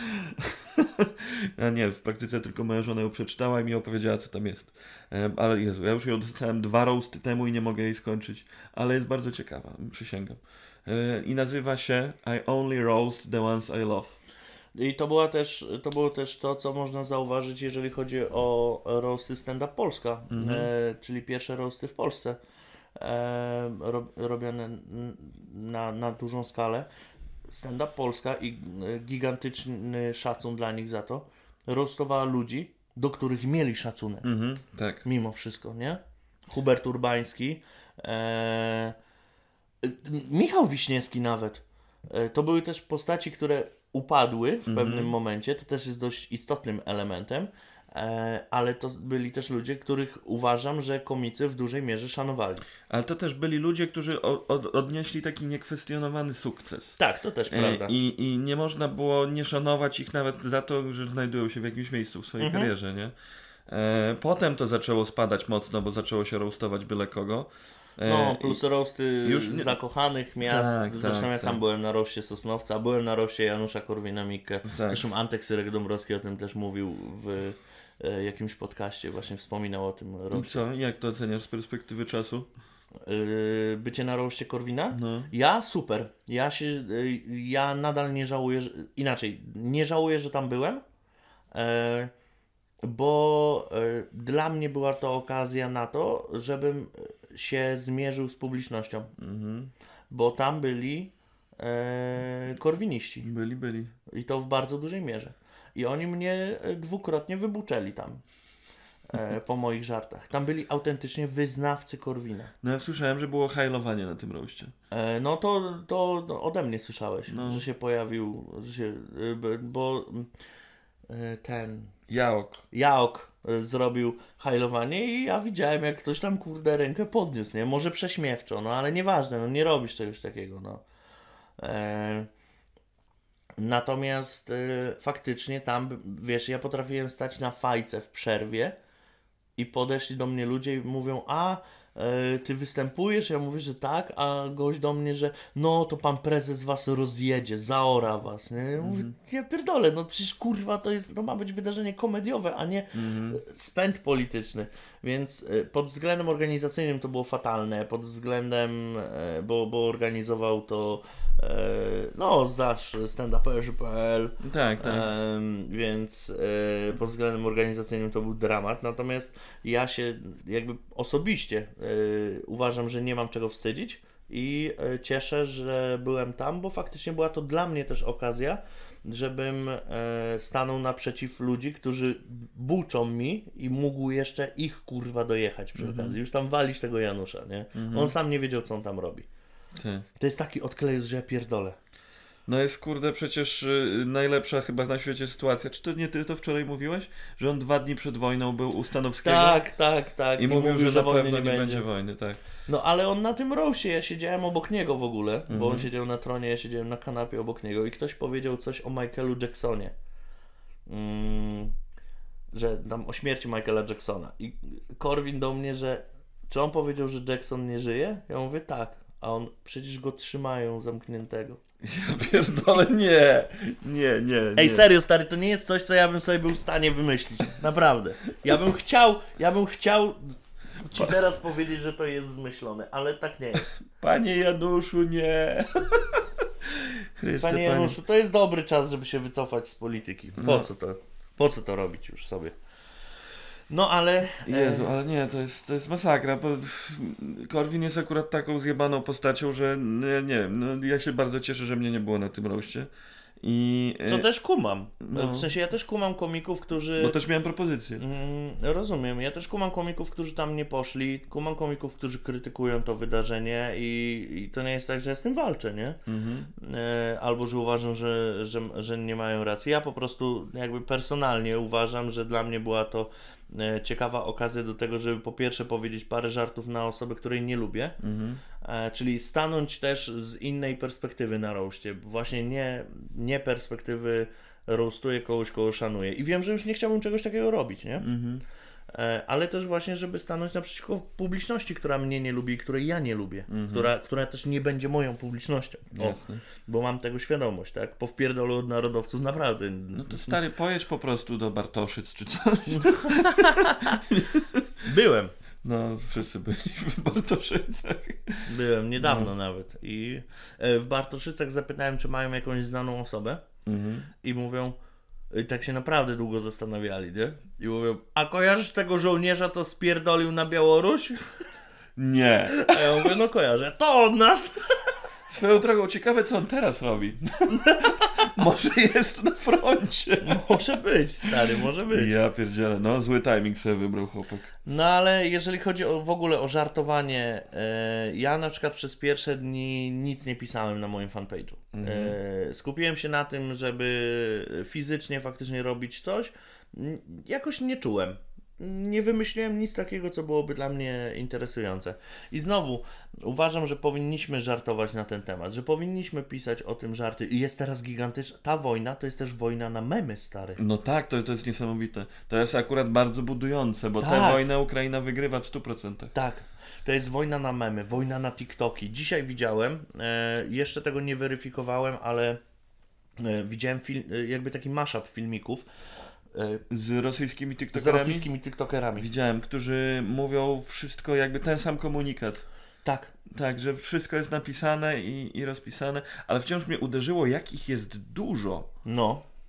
[SPEAKER 1] A nie, w praktyce tylko moja żona ją przeczytała i mi opowiedziała, co tam jest. E, Ale Jezu, ja już ją dostałem dwa roasty temu i nie mogę jej skończyć. Ale jest bardzo ciekawa, przysięgam. E, I nazywa się I Only Roast the Ones I Love.
[SPEAKER 2] I to, była też, to było też to, co można zauważyć, jeżeli chodzi o roasty Stand Up Polska,
[SPEAKER 1] Mhm.
[SPEAKER 2] e, czyli pierwsze roasty w Polsce, e, ro, robione n- na, na dużą skalę. Stand Up Polska i e, gigantyczny szacun dla nich za to, roastowała ludzi, do których mieli szacunek,
[SPEAKER 1] Mhm, tak.
[SPEAKER 2] mimo wszystko, nie? Hubert Urbański, e, e, Michał Wiśniewski nawet. E, To były też postaci, które upadły w pewnym momencie, to też jest dość istotnym elementem, e, ale to byli też ludzie, których uważam, że komicy w dużej mierze szanowali.
[SPEAKER 1] Ale to też byli ludzie, którzy o, od, odnieśli taki niekwestionowany sukces.
[SPEAKER 2] Tak, to też
[SPEAKER 1] E,
[SPEAKER 2] prawda.
[SPEAKER 1] I, I nie można było nie szanować ich nawet za to, że znajdują się w jakimś miejscu w swojej
[SPEAKER 2] Mhm.
[SPEAKER 1] karierze, nie? E, Potem to zaczęło spadać mocno, bo zaczęło się roastować byle kogo. E,
[SPEAKER 2] No, plus roasty
[SPEAKER 1] już
[SPEAKER 2] już
[SPEAKER 1] nie-
[SPEAKER 2] zakochanych miast.
[SPEAKER 1] Tak,
[SPEAKER 2] Zresztą
[SPEAKER 1] tak,
[SPEAKER 2] ja sam
[SPEAKER 1] tak.
[SPEAKER 2] byłem na roście Sosnowca, byłem na roście Janusza Korwina-Mikke.
[SPEAKER 1] Tak.
[SPEAKER 2] Zresztą Antek Syrek-Dąbrowski o tym też mówił w e, jakimś podcaście, właśnie wspominał o tym
[SPEAKER 1] I
[SPEAKER 2] roście.
[SPEAKER 1] co? Jak to oceniasz z perspektywy czasu?
[SPEAKER 2] Yy, bycie na roście Korwina?
[SPEAKER 1] No.
[SPEAKER 2] Ja super. Ja się, yy, ja nadal nie żałuję, że, inaczej, nie żałuję, że tam byłem, E, bo e, dla mnie była to okazja na to, żebym się zmierzył z publicznością.
[SPEAKER 1] Mhm.
[SPEAKER 2] Bo tam byli e, korwiniści.
[SPEAKER 1] Byli, byli.
[SPEAKER 2] I to w bardzo dużej mierze. I oni mnie dwukrotnie wybuczeli tam. E, po moich żartach. Tam byli autentycznie wyznawcy Korwina.
[SPEAKER 1] No ja słyszałem, że było hajlowanie na tym roście.
[SPEAKER 2] E, no to, to no, ode mnie słyszałeś,
[SPEAKER 1] No.
[SPEAKER 2] że się pojawił, że się, e, bo e, ten
[SPEAKER 1] Jaok.
[SPEAKER 2] Jaok e, zrobił hajlowanie i ja widziałem, jak ktoś tam kurde rękę podniósł, nie? Może prześmiewczo, no ale nieważne, no nie robisz czegoś takiego, no. E, natomiast e, faktycznie tam, wiesz, ja potrafiłem stać na fajce w przerwie i podeszli do mnie ludzie i mówią, a e, ty występujesz? Ja mówię, że tak, a gość do mnie, że no to pan prezes was rozjedzie, zaora was. Nie? Ja mówię, ja pierdolę, no przecież kurwa to jest, to ma być wydarzenie komediowe, a nie
[SPEAKER 1] Mhm.
[SPEAKER 2] spęd polityczny. Więc e, pod względem organizacyjnym to było fatalne, pod względem, e, bo, bo organizował to e, no znasz stand uperzy kropka p l.
[SPEAKER 1] Tak, tak.
[SPEAKER 2] Em, więc e, pod względem organizacyjnym to był dramat, natomiast ja się jakby osobiście e, uważam, że nie mam czego wstydzić i e, cieszę, że byłem tam, bo faktycznie była to dla mnie też okazja, żebym e, stanął naprzeciw ludzi, którzy buczą mi i mógł jeszcze ich kurwa dojechać przy
[SPEAKER 1] Mhm.
[SPEAKER 2] okazji. Już tam walić tego Janusza, nie? On sam nie wiedział, co on tam robi.
[SPEAKER 1] Tak.
[SPEAKER 2] To jest taki odklejus, że ja pierdolę.
[SPEAKER 1] No jest kurde przecież y, najlepsza chyba na świecie sytuacja. Czy to nie ty to wczoraj mówiłeś? Że on dwa dni przed wojną był u Stanowskiego
[SPEAKER 2] Tak, tak, tak.
[SPEAKER 1] i, mówił, że,
[SPEAKER 2] że
[SPEAKER 1] na
[SPEAKER 2] wojny
[SPEAKER 1] pewno nie będzie.
[SPEAKER 2] będzie.
[SPEAKER 1] wojny, tak.
[SPEAKER 2] No ale on na tym roście, ja siedziałem obok niego w ogóle, bo
[SPEAKER 1] Mhm.
[SPEAKER 2] on siedział na tronie, ja siedziałem na kanapie obok niego i ktoś powiedział coś o Michaelu Jacksonie. Mm, że tam o śmierci Michaela Jacksona. I Korwin do mnie, że czy on powiedział, że Jackson nie żyje? Ja mówię tak, a on przecież go trzymają zamkniętego.
[SPEAKER 1] Ja pierdolę, nie, nie, nie.
[SPEAKER 2] Ej,
[SPEAKER 1] nie.
[SPEAKER 2] serio stary, to nie jest coś, co ja bym sobie był w stanie wymyślić. Naprawdę. Ja bym chciał, ja bym chciał ci teraz powiedzieć, że to jest zmyślone, ale tak nie jest.
[SPEAKER 1] Panie Januszu, nie. Chryste,
[SPEAKER 2] Panie Januszu, to jest dobry czas, żeby się wycofać z polityki. Po
[SPEAKER 1] No.
[SPEAKER 2] co to? Po co to robić już sobie? No ale...
[SPEAKER 1] Jezu, ale nie, to jest, to jest masakra, bo Korwin jest akurat taką zjebaną postacią, że nie, nie wiem, no ja się bardzo cieszę, że mnie nie było na tym roście. I,
[SPEAKER 2] Co też kumam.
[SPEAKER 1] no.
[SPEAKER 2] W sensie ja też kumam komików, którzy...
[SPEAKER 1] Bo też miałem propozycję.
[SPEAKER 2] Mm, rozumiem. Ja też kumam komików, którzy tam nie poszli. Kumam komików, którzy krytykują to wydarzenie i, i to nie jest tak, że ja z tym walczę, nie?
[SPEAKER 1] Mhm.
[SPEAKER 2] E, albo że uważam, że, że, że nie mają racji. Ja po prostu jakby personalnie uważam, że dla mnie była to e, ciekawa okazja do tego, żeby po pierwsze powiedzieć parę żartów na osobę, której nie lubię,
[SPEAKER 1] Mhm.
[SPEAKER 2] e, czyli stanąć też z innej perspektywy na roście. Właśnie nie, nie perspektywy roastuję kogoś, kogo szanuję. I wiem, że już nie chciałbym czegoś takiego robić, nie?
[SPEAKER 1] Mhm.
[SPEAKER 2] E, ale też właśnie, żeby stanąć naprzeciwko publiczności, która mnie nie lubi i której ja nie lubię,
[SPEAKER 1] Mhm.
[SPEAKER 2] która, która też nie będzie moją publicznością. O,
[SPEAKER 1] Jasne.
[SPEAKER 2] bo mam tego świadomość, tak? Po wpierdolu od narodowców naprawdę.
[SPEAKER 1] No to stary, pojedź po prostu do Bartoszyc czy coś.
[SPEAKER 2] Byłem.
[SPEAKER 1] No, wszyscy byliśmy w Bartoszycach.
[SPEAKER 2] Byłem niedawno
[SPEAKER 1] No.
[SPEAKER 2] nawet. I e, w Bartoszycach zapytałem, czy mają jakąś znaną osobę
[SPEAKER 1] Mhm.
[SPEAKER 2] i mówią, i tak się naprawdę długo zastanawiali, nie? I mówią, a kojarzysz tego żołnierza, co spierdolił na Białoruś?
[SPEAKER 1] Nie.
[SPEAKER 2] A ja mówię, no kojarzę. To od nas!
[SPEAKER 1] Swoją drogą, ciekawe co on teraz robi. Może jest na froncie.
[SPEAKER 2] Może być, stary, może być.
[SPEAKER 1] Ja pierdzielę, no zły timing sobie wybrał chłopak.
[SPEAKER 2] No ale jeżeli chodzi o, w ogóle o żartowanie, e, ja na przykład przez pierwsze dni nic nie pisałem na moim fanpage'u. E, skupiłem się na tym, żeby fizycznie faktycznie robić coś. N- Jakoś nie czułem. Nie wymyśliłem nic takiego, co byłoby dla mnie interesujące. I znowu uważam, że powinniśmy żartować na ten temat, że powinniśmy pisać o tym żarty. I jest teraz gigantyczna. Ta wojna to jest też wojna na memy, stary.
[SPEAKER 1] No tak, to, to jest niesamowite. To jest akurat bardzo budujące, bo tę
[SPEAKER 2] Tak.
[SPEAKER 1] wojnę Ukraina wygrywa w stu procentach.
[SPEAKER 2] Tak, to jest wojna na memy, wojna na TikToki. Dzisiaj widziałem, e, jeszcze tego nie weryfikowałem, ale e, widziałem film, e, jakby taki mashup filmików e,
[SPEAKER 1] Z rosyjskimi
[SPEAKER 2] z
[SPEAKER 1] tiktokerami
[SPEAKER 2] rosyjskimi TikTokerami.
[SPEAKER 1] widziałem, którzy mówią wszystko jakby ten sam komunikat.
[SPEAKER 2] Tak,
[SPEAKER 1] Tak, że wszystko jest napisane i, i rozpisane, ale wciąż mnie uderzyło, jak ich jest dużo.
[SPEAKER 2] no.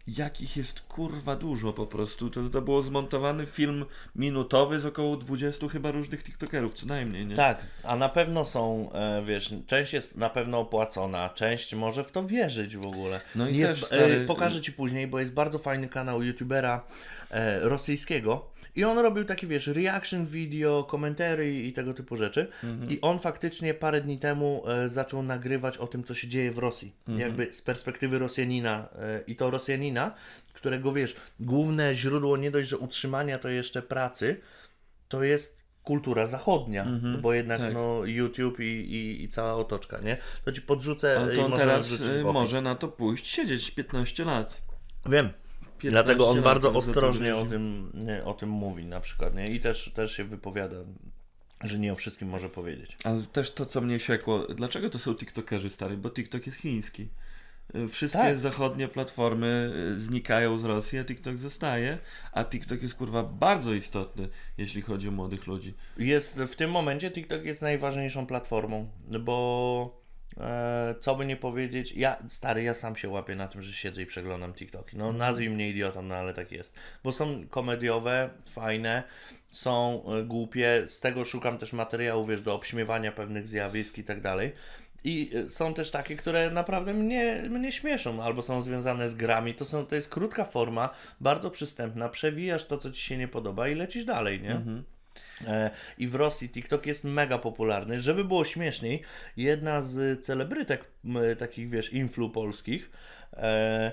[SPEAKER 1] jakich jest kurwa dużo po prostu. To, to było zmontowany film minutowy z około dwudziestu chyba różnych tiktokerów, co najmniej, nie?
[SPEAKER 2] Tak, a na pewno są, e, wiesz, część jest na pewno opłacona, część może w to wierzyć w ogóle.
[SPEAKER 1] No i
[SPEAKER 2] jest,
[SPEAKER 1] też, stary...
[SPEAKER 2] e, pokażę Ci później, bo jest bardzo fajny kanał youtubera e, rosyjskiego i on robił takie, wiesz, reaction video, komentary i tego typu rzeczy mhm. i on faktycznie parę dni temu e, zaczął nagrywać o tym, co się dzieje w Rosji. Mhm. Jakby z perspektywy Rosjanina e, i to Rosjanina, którego, wiesz, główne źródło nie dość, że utrzymania, to jeszcze pracy, to jest kultura zachodnia, mm-hmm, bo jednak tak. no YouTube i, i, i cała otoczka, nie? To Ci podrzucę
[SPEAKER 1] ale to on
[SPEAKER 2] i
[SPEAKER 1] teraz może na to pójść, siedzieć piętnaście lat.
[SPEAKER 2] Wiem. Dlatego on bardzo ostrożnie o tym, nie, o tym mówi na przykład, nie? I też, też się wypowiada, że nie o wszystkim może powiedzieć.
[SPEAKER 1] Ale też to, co mnie siekło, dlaczego to są tiktokerzy, stary? Bo TikTok jest chiński. Wszystkie tak. zachodnie platformy znikają z Rosji, a TikTok zostaje, a TikTok jest kurwa bardzo istotny, jeśli chodzi o młodych ludzi.
[SPEAKER 2] Jest, w tym momencie TikTok jest najważniejszą platformą, bo e, co by nie powiedzieć, ja stary, ja sam się łapię na tym, że siedzę i przeglądam TikToki. No nazwij mnie idiotą, no ale tak jest. Bo są komediowe, fajne, są głupie, z tego szukam też materiału, wiesz, do obśmiewania pewnych zjawisk i tak dalej. I są też takie, które naprawdę mnie, mnie śmieszą, albo są związane z grami. To, są, to jest krótka forma, bardzo przystępna. Przewijasz to, co Ci się nie podoba i lecisz dalej, nie? Mhm. E, I w Rosji TikTok jest mega popularny. Żeby było śmieszniej, jedna z celebrytek, m, takich wiesz, influ polskich, e,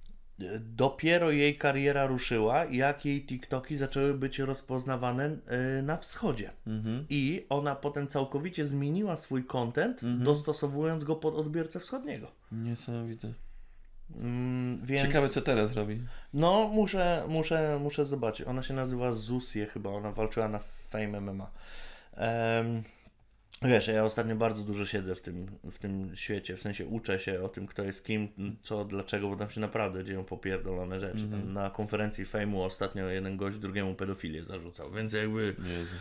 [SPEAKER 2] dopiero jej kariera ruszyła, jak jej TikToki zaczęły być rozpoznawane na wschodzie. Mm-hmm. I ona potem całkowicie zmieniła swój content, mm-hmm. dostosowując go pod odbiorcę wschodniego.
[SPEAKER 1] Niesamowite.
[SPEAKER 2] Mm, więc...
[SPEAKER 1] Ciekawe, co teraz robi.
[SPEAKER 2] No, muszę, muszę, muszę zobaczyć. Ona się nazywa Zusie chyba, ona walczyła na Fame M M A. Um, Wiesz, ja ostatnio bardzo dużo siedzę w tym, w tym świecie, w sensie uczę się o tym, kto jest kim, co, dlaczego, bo tam się naprawdę dzieją popierdolone rzeczy. Mm-hmm. Tam na konferencji Fame'u ostatnio jeden gość drugiemu pedofilię zarzucał, więc jakby... Jezu.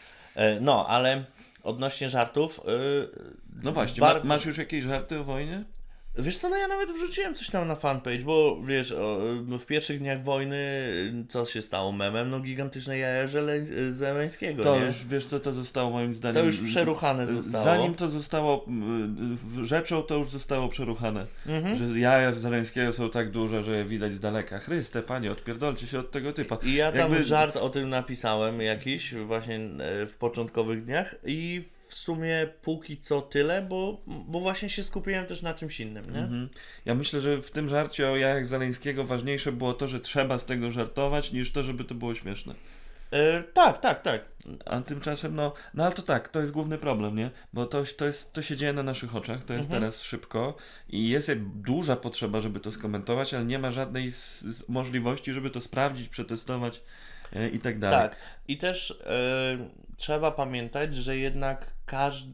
[SPEAKER 2] No, ale odnośnie żartów...
[SPEAKER 1] No właśnie, bardzo... masz już jakieś żarty o wojnie?
[SPEAKER 2] Wiesz co, no ja nawet wrzuciłem coś tam na fanpage, bo wiesz, o, w pierwszych dniach wojny co się stało memem? No gigantyczne jaja Żele- Zeleńskiego,
[SPEAKER 1] To
[SPEAKER 2] nie?
[SPEAKER 1] już, wiesz co, to zostało moim zdaniem...
[SPEAKER 2] To już przeruchane zostało.
[SPEAKER 1] Zanim to zostało rzeczą, to już zostało przeruchane. Mhm. Że jaja Zeleńskiego są tak duże, że widać z daleka. Chryste, panie, odpierdolcie się od tego typa.
[SPEAKER 2] I ja tam Jakby... żart o tym napisałem jakiś właśnie w początkowych dniach i w sumie póki co tyle, bo, bo właśnie się skupiłem też na czymś innym, nie? Mhm.
[SPEAKER 1] Ja myślę, że w tym żarcie o jajach Zeleńskiego ważniejsze było to, że trzeba z tego żartować, niż to, żeby to było śmieszne.
[SPEAKER 2] Yy, tak, tak, tak.
[SPEAKER 1] A tymczasem, no, no ale to tak, to jest główny problem, nie? Bo to, to, jest, to się dzieje na naszych oczach, to jest mhm. teraz szybko i jest duża potrzeba, żeby to skomentować, ale nie ma żadnej z, z możliwości, żeby to sprawdzić, przetestować yy, i tak dalej.
[SPEAKER 2] Tak, i też yy, trzeba pamiętać, że jednak każdy...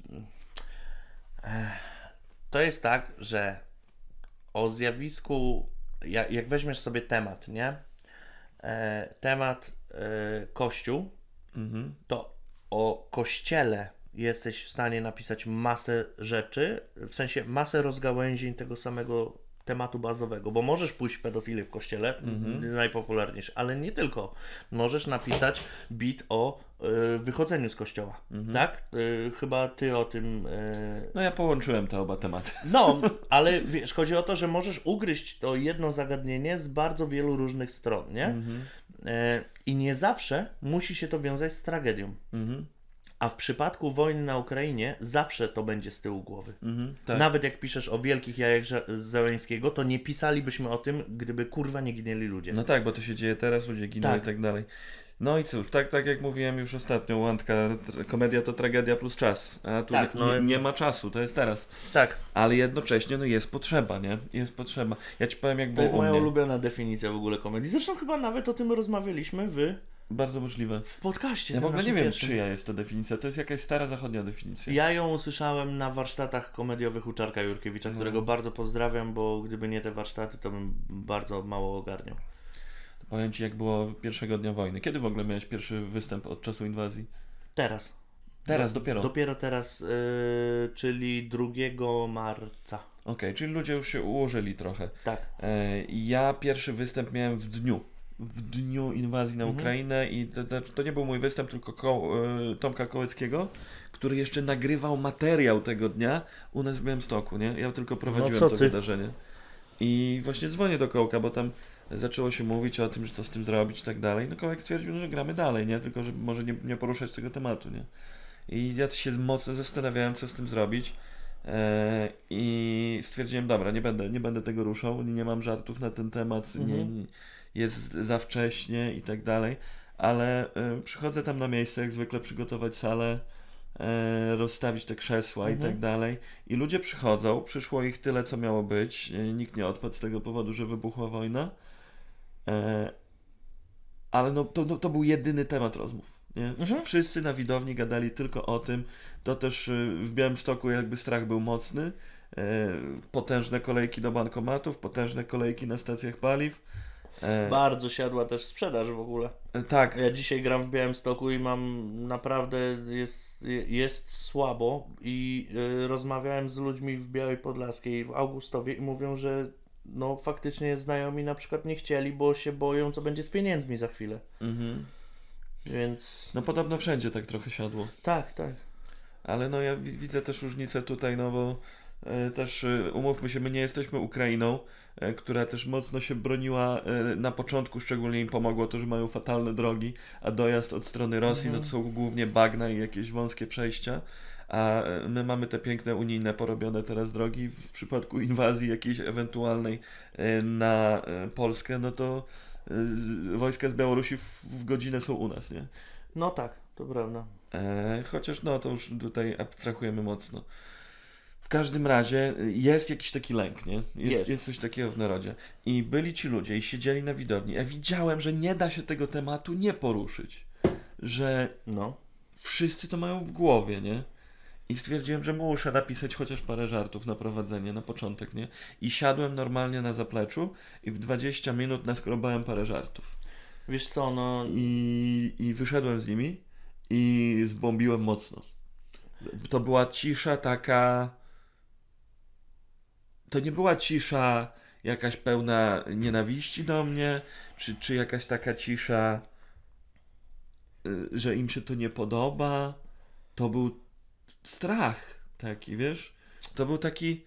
[SPEAKER 2] To jest tak, że o zjawisku, jak, jak weźmiesz sobie temat, nie? E, temat e, Kościół, mhm. to o Kościele jesteś w stanie napisać masę rzeczy, w sensie masę rozgałęzień tego samego tematu bazowego, bo możesz pójść w pedofilię w Kościele, mm-hmm. najpopularniejszy, ale nie tylko. Możesz napisać bit o y, wychodzeniu z Kościoła, mm-hmm. tak? Y, chyba ty o tym... Y...
[SPEAKER 1] No ja połączyłem te oba tematy.
[SPEAKER 2] No, ale wiesz, chodzi o to, że możesz ugryźć to jedno zagadnienie z bardzo wielu różnych stron, nie? Mm-hmm. Y, I nie zawsze musi się to wiązać z tragedią. Mm-hmm. A w przypadku wojny na Ukrainie zawsze to będzie z tyłu głowy. Mhm, tak. Nawet jak piszesz o wielkich jajach Zeleńskiego, to nie pisalibyśmy o tym, gdyby kurwa nie ginęli ludzie.
[SPEAKER 1] No tak, bo to się dzieje teraz, ludzie giną tak. i tak dalej. No i cóż, tak, tak jak mówiłem już ostatnio, Łądka, komedia to tragedia plus czas. A tu tak, nie, no, nie ma czasu, to jest teraz.
[SPEAKER 2] Tak.
[SPEAKER 1] Ale jednocześnie no jest potrzeba, nie? Jest potrzeba. Ja ci powiem jak było u mnie.
[SPEAKER 2] To jest moja ulubiona definicja w ogóle komedii. Zresztą chyba nawet o tym rozmawialiśmy w...
[SPEAKER 1] Bardzo możliwe.
[SPEAKER 2] W podcaście.
[SPEAKER 1] Ja w ogóle nie wiem, pierwszym. czyja jest to definicja. To jest jakaś stara zachodnia definicja.
[SPEAKER 2] Ja ją usłyszałem na warsztatach komediowych u Czarka Jurkiewicza, no. którego bardzo pozdrawiam, bo gdyby nie te warsztaty, to bym bardzo mało ogarniał.
[SPEAKER 1] Powiem ci, jak było pierwszego dnia wojny. Kiedy w ogóle miałeś pierwszy występ od czasu inwazji?
[SPEAKER 2] Teraz.
[SPEAKER 1] Teraz,
[SPEAKER 2] Do,
[SPEAKER 1] dopiero.
[SPEAKER 2] Dopiero teraz, yy, czyli drugiego marca.
[SPEAKER 1] Okej, okay, czyli ludzie już się ułożyli trochę.
[SPEAKER 2] Tak.
[SPEAKER 1] E, ja pierwszy występ miałem w dniu. W dniu inwazji na
[SPEAKER 2] Mhm.
[SPEAKER 1] Ukrainę i to, to, to nie był mój występ, tylko ko, e, Tomka Kołeckiego, który jeszcze nagrywał materiał tego dnia u nas w Białymstoku, nie? Ja tylko prowadziłem
[SPEAKER 2] No co
[SPEAKER 1] to
[SPEAKER 2] ty?
[SPEAKER 1] wydarzenie. I właśnie dzwonię do Kołka, bo tam zaczęło się mówić o tym, że co z tym zrobić i tak dalej. No Kołek stwierdził, że gramy dalej, nie? Tylko, że może nie, nie poruszać tego tematu, nie? I ja się mocno zastanawiałem, co z tym zrobić. Eee, I stwierdziłem, dobra, nie będę, nie będę tego ruszał, nie mam żartów na ten temat, nie,
[SPEAKER 2] Mhm.
[SPEAKER 1] nie, jest za wcześnie i tak dalej, ale e, przychodzę tam na miejsce, jak zwykle przygotować salę, e, rozstawić te krzesła
[SPEAKER 2] Mhm.
[SPEAKER 1] i tak dalej. I ludzie przychodzą, przyszło ich tyle, co miało być, e, nikt nie odpadł z tego powodu, że wybuchła wojna, e, ale no, to, no, to był jedyny temat rozmów. Nie? W-
[SPEAKER 2] Mhm.
[SPEAKER 1] Wszyscy na widowni gadali tylko o tym. To też y, w Białymstoku jakby strach był mocny. E, potężne kolejki do bankomatów, potężne kolejki na stacjach paliw. E,
[SPEAKER 2] Bardzo siadła też sprzedaż w ogóle.
[SPEAKER 1] e, tak,
[SPEAKER 2] Ja dzisiaj gram w Białymstoku i mam naprawdę jest, jest słabo i y, rozmawiałem z ludźmi w Białej Podlaskiej, w Augustowie i mówią, że no faktycznie znajomi na przykład nie chcieli, bo się boją, co będzie z pieniędzmi za chwilę.
[SPEAKER 1] mhm.
[SPEAKER 2] Więc
[SPEAKER 1] No podobno wszędzie tak trochę siadło.
[SPEAKER 2] tak, tak.
[SPEAKER 1] Ale no ja wi- widzę też różnicę tutaj, no bo e, też e, umówmy się, my nie jesteśmy Ukrainą, e, która też mocno się broniła e, na początku, szczególnie im pomogło to, że mają fatalne drogi, a dojazd od strony Rosji
[SPEAKER 2] Mhm.
[SPEAKER 1] no to są głównie bagna i jakieś wąskie przejścia, a e, my mamy te piękne unijne porobione teraz drogi. W przypadku inwazji jakiejś ewentualnej e, na e, Polskę, no to e, wojska z Białorusi w, w godzinę są u nas, nie?
[SPEAKER 2] No tak, to prawda.
[SPEAKER 1] E, chociaż no to już tutaj abstrahujemy mocno. W każdym razie jest jakiś taki lęk, nie? Jest,
[SPEAKER 2] Jest.
[SPEAKER 1] jest coś takiego w narodzie. I byli ci ludzie i siedzieli na widowni. Ja widziałem, że nie da się tego tematu nie poruszyć. Że
[SPEAKER 2] No.
[SPEAKER 1] wszyscy to mają w głowie, nie? I stwierdziłem, że muszę napisać chociaż parę żartów na prowadzenie, na początek, nie? I siadłem normalnie na zapleczu i w dwadzieścia minut naskrobałem parę żartów.
[SPEAKER 2] Wiesz co, no
[SPEAKER 1] I, I wyszedłem z nimi i zbombiłem mocno. To była cisza taka... To nie była cisza jakaś pełna nienawiści do mnie, czy, czy jakaś taka cisza, y, że im się to nie podoba. To był strach taki, wiesz? To był taki...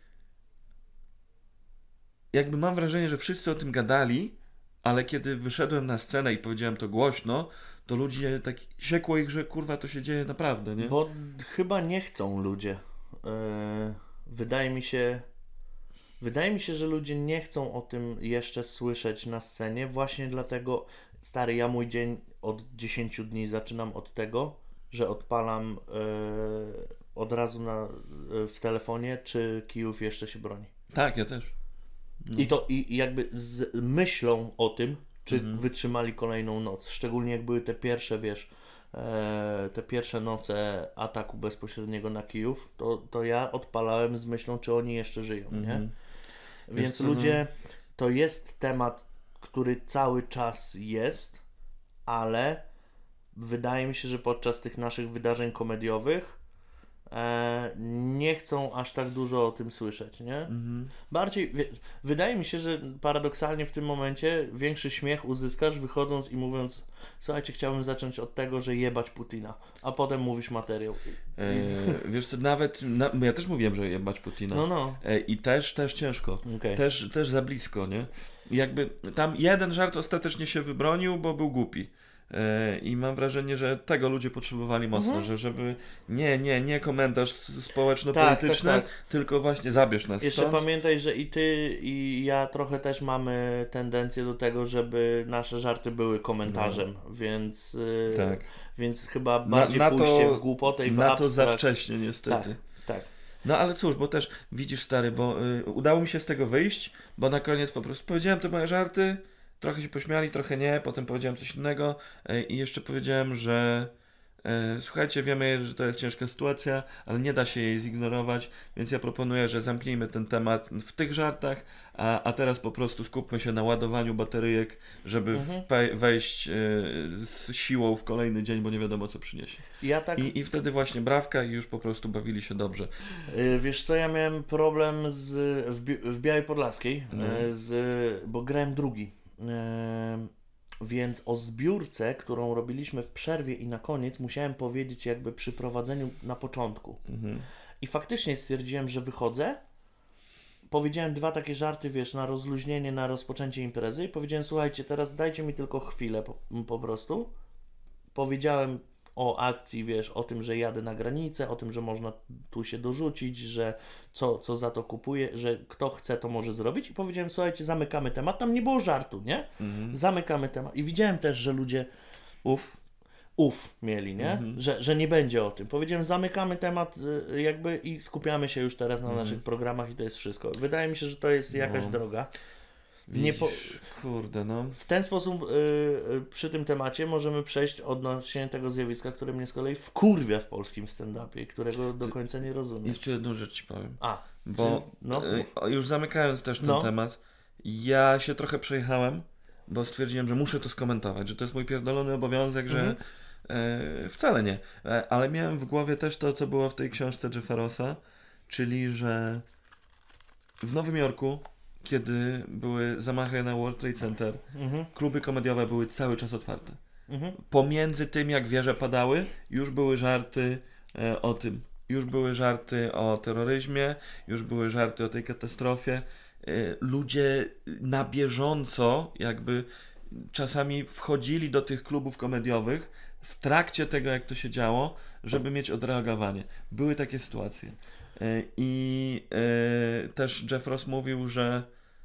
[SPEAKER 1] Jakby mam wrażenie, że wszyscy o tym gadali, ale kiedy wyszedłem na scenę i powiedziałem to głośno, to ludzie tak siekło ich, że kurwa to się dzieje naprawdę, nie?
[SPEAKER 2] bo chyba nie chcą ludzie. Yy, wydaje mi się, wydaje mi się, że ludzie nie chcą o tym jeszcze słyszeć na scenie. Właśnie dlatego, stary, ja mój dzień od dziesięciu dni zaczynam od tego, że odpalam yy, od razu na, yy, w telefonie, czy Kijów jeszcze się broni.
[SPEAKER 1] Tak, ja też. No.
[SPEAKER 2] I to i i jakby z myślą o tym, czy
[SPEAKER 1] Mhm.
[SPEAKER 2] wytrzymali kolejną noc. Szczególnie jak były te pierwsze, wiesz, e, te pierwsze noce ataku bezpośredniego na Kijów, to, to ja odpalałem z myślą, czy oni jeszcze żyją, nie?
[SPEAKER 1] Mhm.
[SPEAKER 2] Więc
[SPEAKER 1] co,
[SPEAKER 2] ludzie, to jest temat, który cały czas jest, ale wydaje mi się, że podczas tych naszych wydarzeń komediowych e, nie chcą aż tak dużo o tym słyszeć, nie?
[SPEAKER 1] Mhm.
[SPEAKER 2] Bardziej, wie, wydaje mi się, że paradoksalnie w tym momencie większy śmiech uzyskasz wychodząc i mówiąc: słuchajcie, chciałbym zacząć od tego, że jebać Putina, a potem mówisz materiał.
[SPEAKER 1] E, wiesz co, nawet, na, ja też mówiłem, że jebać Putina.
[SPEAKER 2] No, no.
[SPEAKER 1] E, I też, też ciężko.
[SPEAKER 2] Okej.
[SPEAKER 1] Też, też za blisko, nie? I jakby tam jeden żart ostatecznie się wybronił, bo był głupi. E, I mam wrażenie, że tego ludzie potrzebowali mocno,
[SPEAKER 2] Mhm.
[SPEAKER 1] że żeby nie, nie, nie komentarz s- społeczno-polityczny,
[SPEAKER 2] Tak, tak,
[SPEAKER 1] tylko właśnie zabierz nas
[SPEAKER 2] Jeszcze
[SPEAKER 1] stąd.
[SPEAKER 2] pamiętaj, że i ty, i ja trochę też mamy tendencję do tego, żeby nasze żarty były komentarzem, więc, y,
[SPEAKER 1] Tak.
[SPEAKER 2] więc chyba bardziej
[SPEAKER 1] na to-
[SPEAKER 2] pójście w głupotę i w
[SPEAKER 1] Na to za
[SPEAKER 2] abstrakt.
[SPEAKER 1] wcześnie niestety.
[SPEAKER 2] Tak, tak.
[SPEAKER 1] No ale cóż, bo też widzisz, stary, bo y, udało mi się z tego wyjść, bo na koniec po prostu powiedziałem te moje żarty, trochę się pośmiali, trochę nie, potem powiedziałem coś innego y, i jeszcze powiedziałem, że E, słuchajcie, wiemy, że to jest ciężka sytuacja, ale nie da się jej zignorować, więc ja proponuję, że zamknijmy ten temat w tych żartach, a, a teraz po prostu skupmy się na ładowaniu bateryjek, żeby
[SPEAKER 2] Mhm.
[SPEAKER 1] wpe- wejść e, z siłą w kolejny dzień, bo nie wiadomo co przyniesie.
[SPEAKER 2] Ja tak,
[SPEAKER 1] I, I wtedy właśnie brawka i już po prostu bawili się dobrze.
[SPEAKER 2] y, wiesz co, ja miałem problem z, w, Bi- w Białej Podlaskiej,
[SPEAKER 1] No.
[SPEAKER 2] y, z, bo grałem drugi. Y, Więc o zbiórce, którą robiliśmy w przerwie i na koniec, musiałem powiedzieć jakby przy prowadzeniu na początku.
[SPEAKER 1] Mhm.
[SPEAKER 2] I faktycznie stwierdziłem, że wychodzę. Powiedziałem dwa takie żarty, wiesz, na rozluźnienie, na rozpoczęcie imprezy i powiedziałem, słuchajcie, teraz dajcie mi tylko chwilę po, po prostu. Powiedziałem o akcji, wiesz, o tym, że jadę na granicę, o tym, że można tu się dorzucić, że co, co za to kupuję, że kto chce, to może zrobić. I powiedziałem, słuchajcie, zamykamy temat. Tam nie było żartu, nie?
[SPEAKER 1] Mhm.
[SPEAKER 2] Zamykamy temat. I widziałem też, że ludzie uf, uf mieli, nie?
[SPEAKER 1] Mhm.
[SPEAKER 2] Że, że nie będzie o tym. Powiedziałem, zamykamy temat y, jakby i skupiamy się już teraz na
[SPEAKER 1] Mhm.
[SPEAKER 2] naszych programach i to jest wszystko. Wydaje mi się, że to jest jakaś
[SPEAKER 1] No.
[SPEAKER 2] droga. Nie
[SPEAKER 1] Widzisz,
[SPEAKER 2] po...
[SPEAKER 1] kurde, no.
[SPEAKER 2] W ten sposób y, y, przy tym temacie możemy przejść odnośnie tego zjawiska, które mnie z kolei wkurwia w polskim stand-upie, którego do końca nie rozumiem.
[SPEAKER 1] Jeszcze jedną rzecz ci powiem.
[SPEAKER 2] A,
[SPEAKER 1] Bo
[SPEAKER 2] czy- no,
[SPEAKER 1] e,
[SPEAKER 2] mów.
[SPEAKER 1] o, już zamykając też ten
[SPEAKER 2] No.
[SPEAKER 1] temat, ja się trochę przejechałem, bo stwierdziłem, że muszę to skomentować, że to jest mój pierdolony obowiązek, że
[SPEAKER 2] Mhm.
[SPEAKER 1] e, wcale nie. E, ale miałem w głowie też to, co było w tej książce Jeffa Rossa, czyli że w Nowym Jorku, kiedy były zamachy na World Trade Center,
[SPEAKER 2] Mhm,
[SPEAKER 1] kluby komediowe były cały czas otwarte.
[SPEAKER 2] mhm.
[SPEAKER 1] Pomiędzy tym, jak wieże padały, już były żarty e, o tym. Już były żarty o terroryzmie, już były żarty o tej katastrofie. E, ludzie na bieżąco jakby czasami wchodzili do tych klubów komediowych w trakcie tego, jak to się działo, żeby mieć odreagowanie. Były takie sytuacje. E, I e, też Jeff Ross mówił, że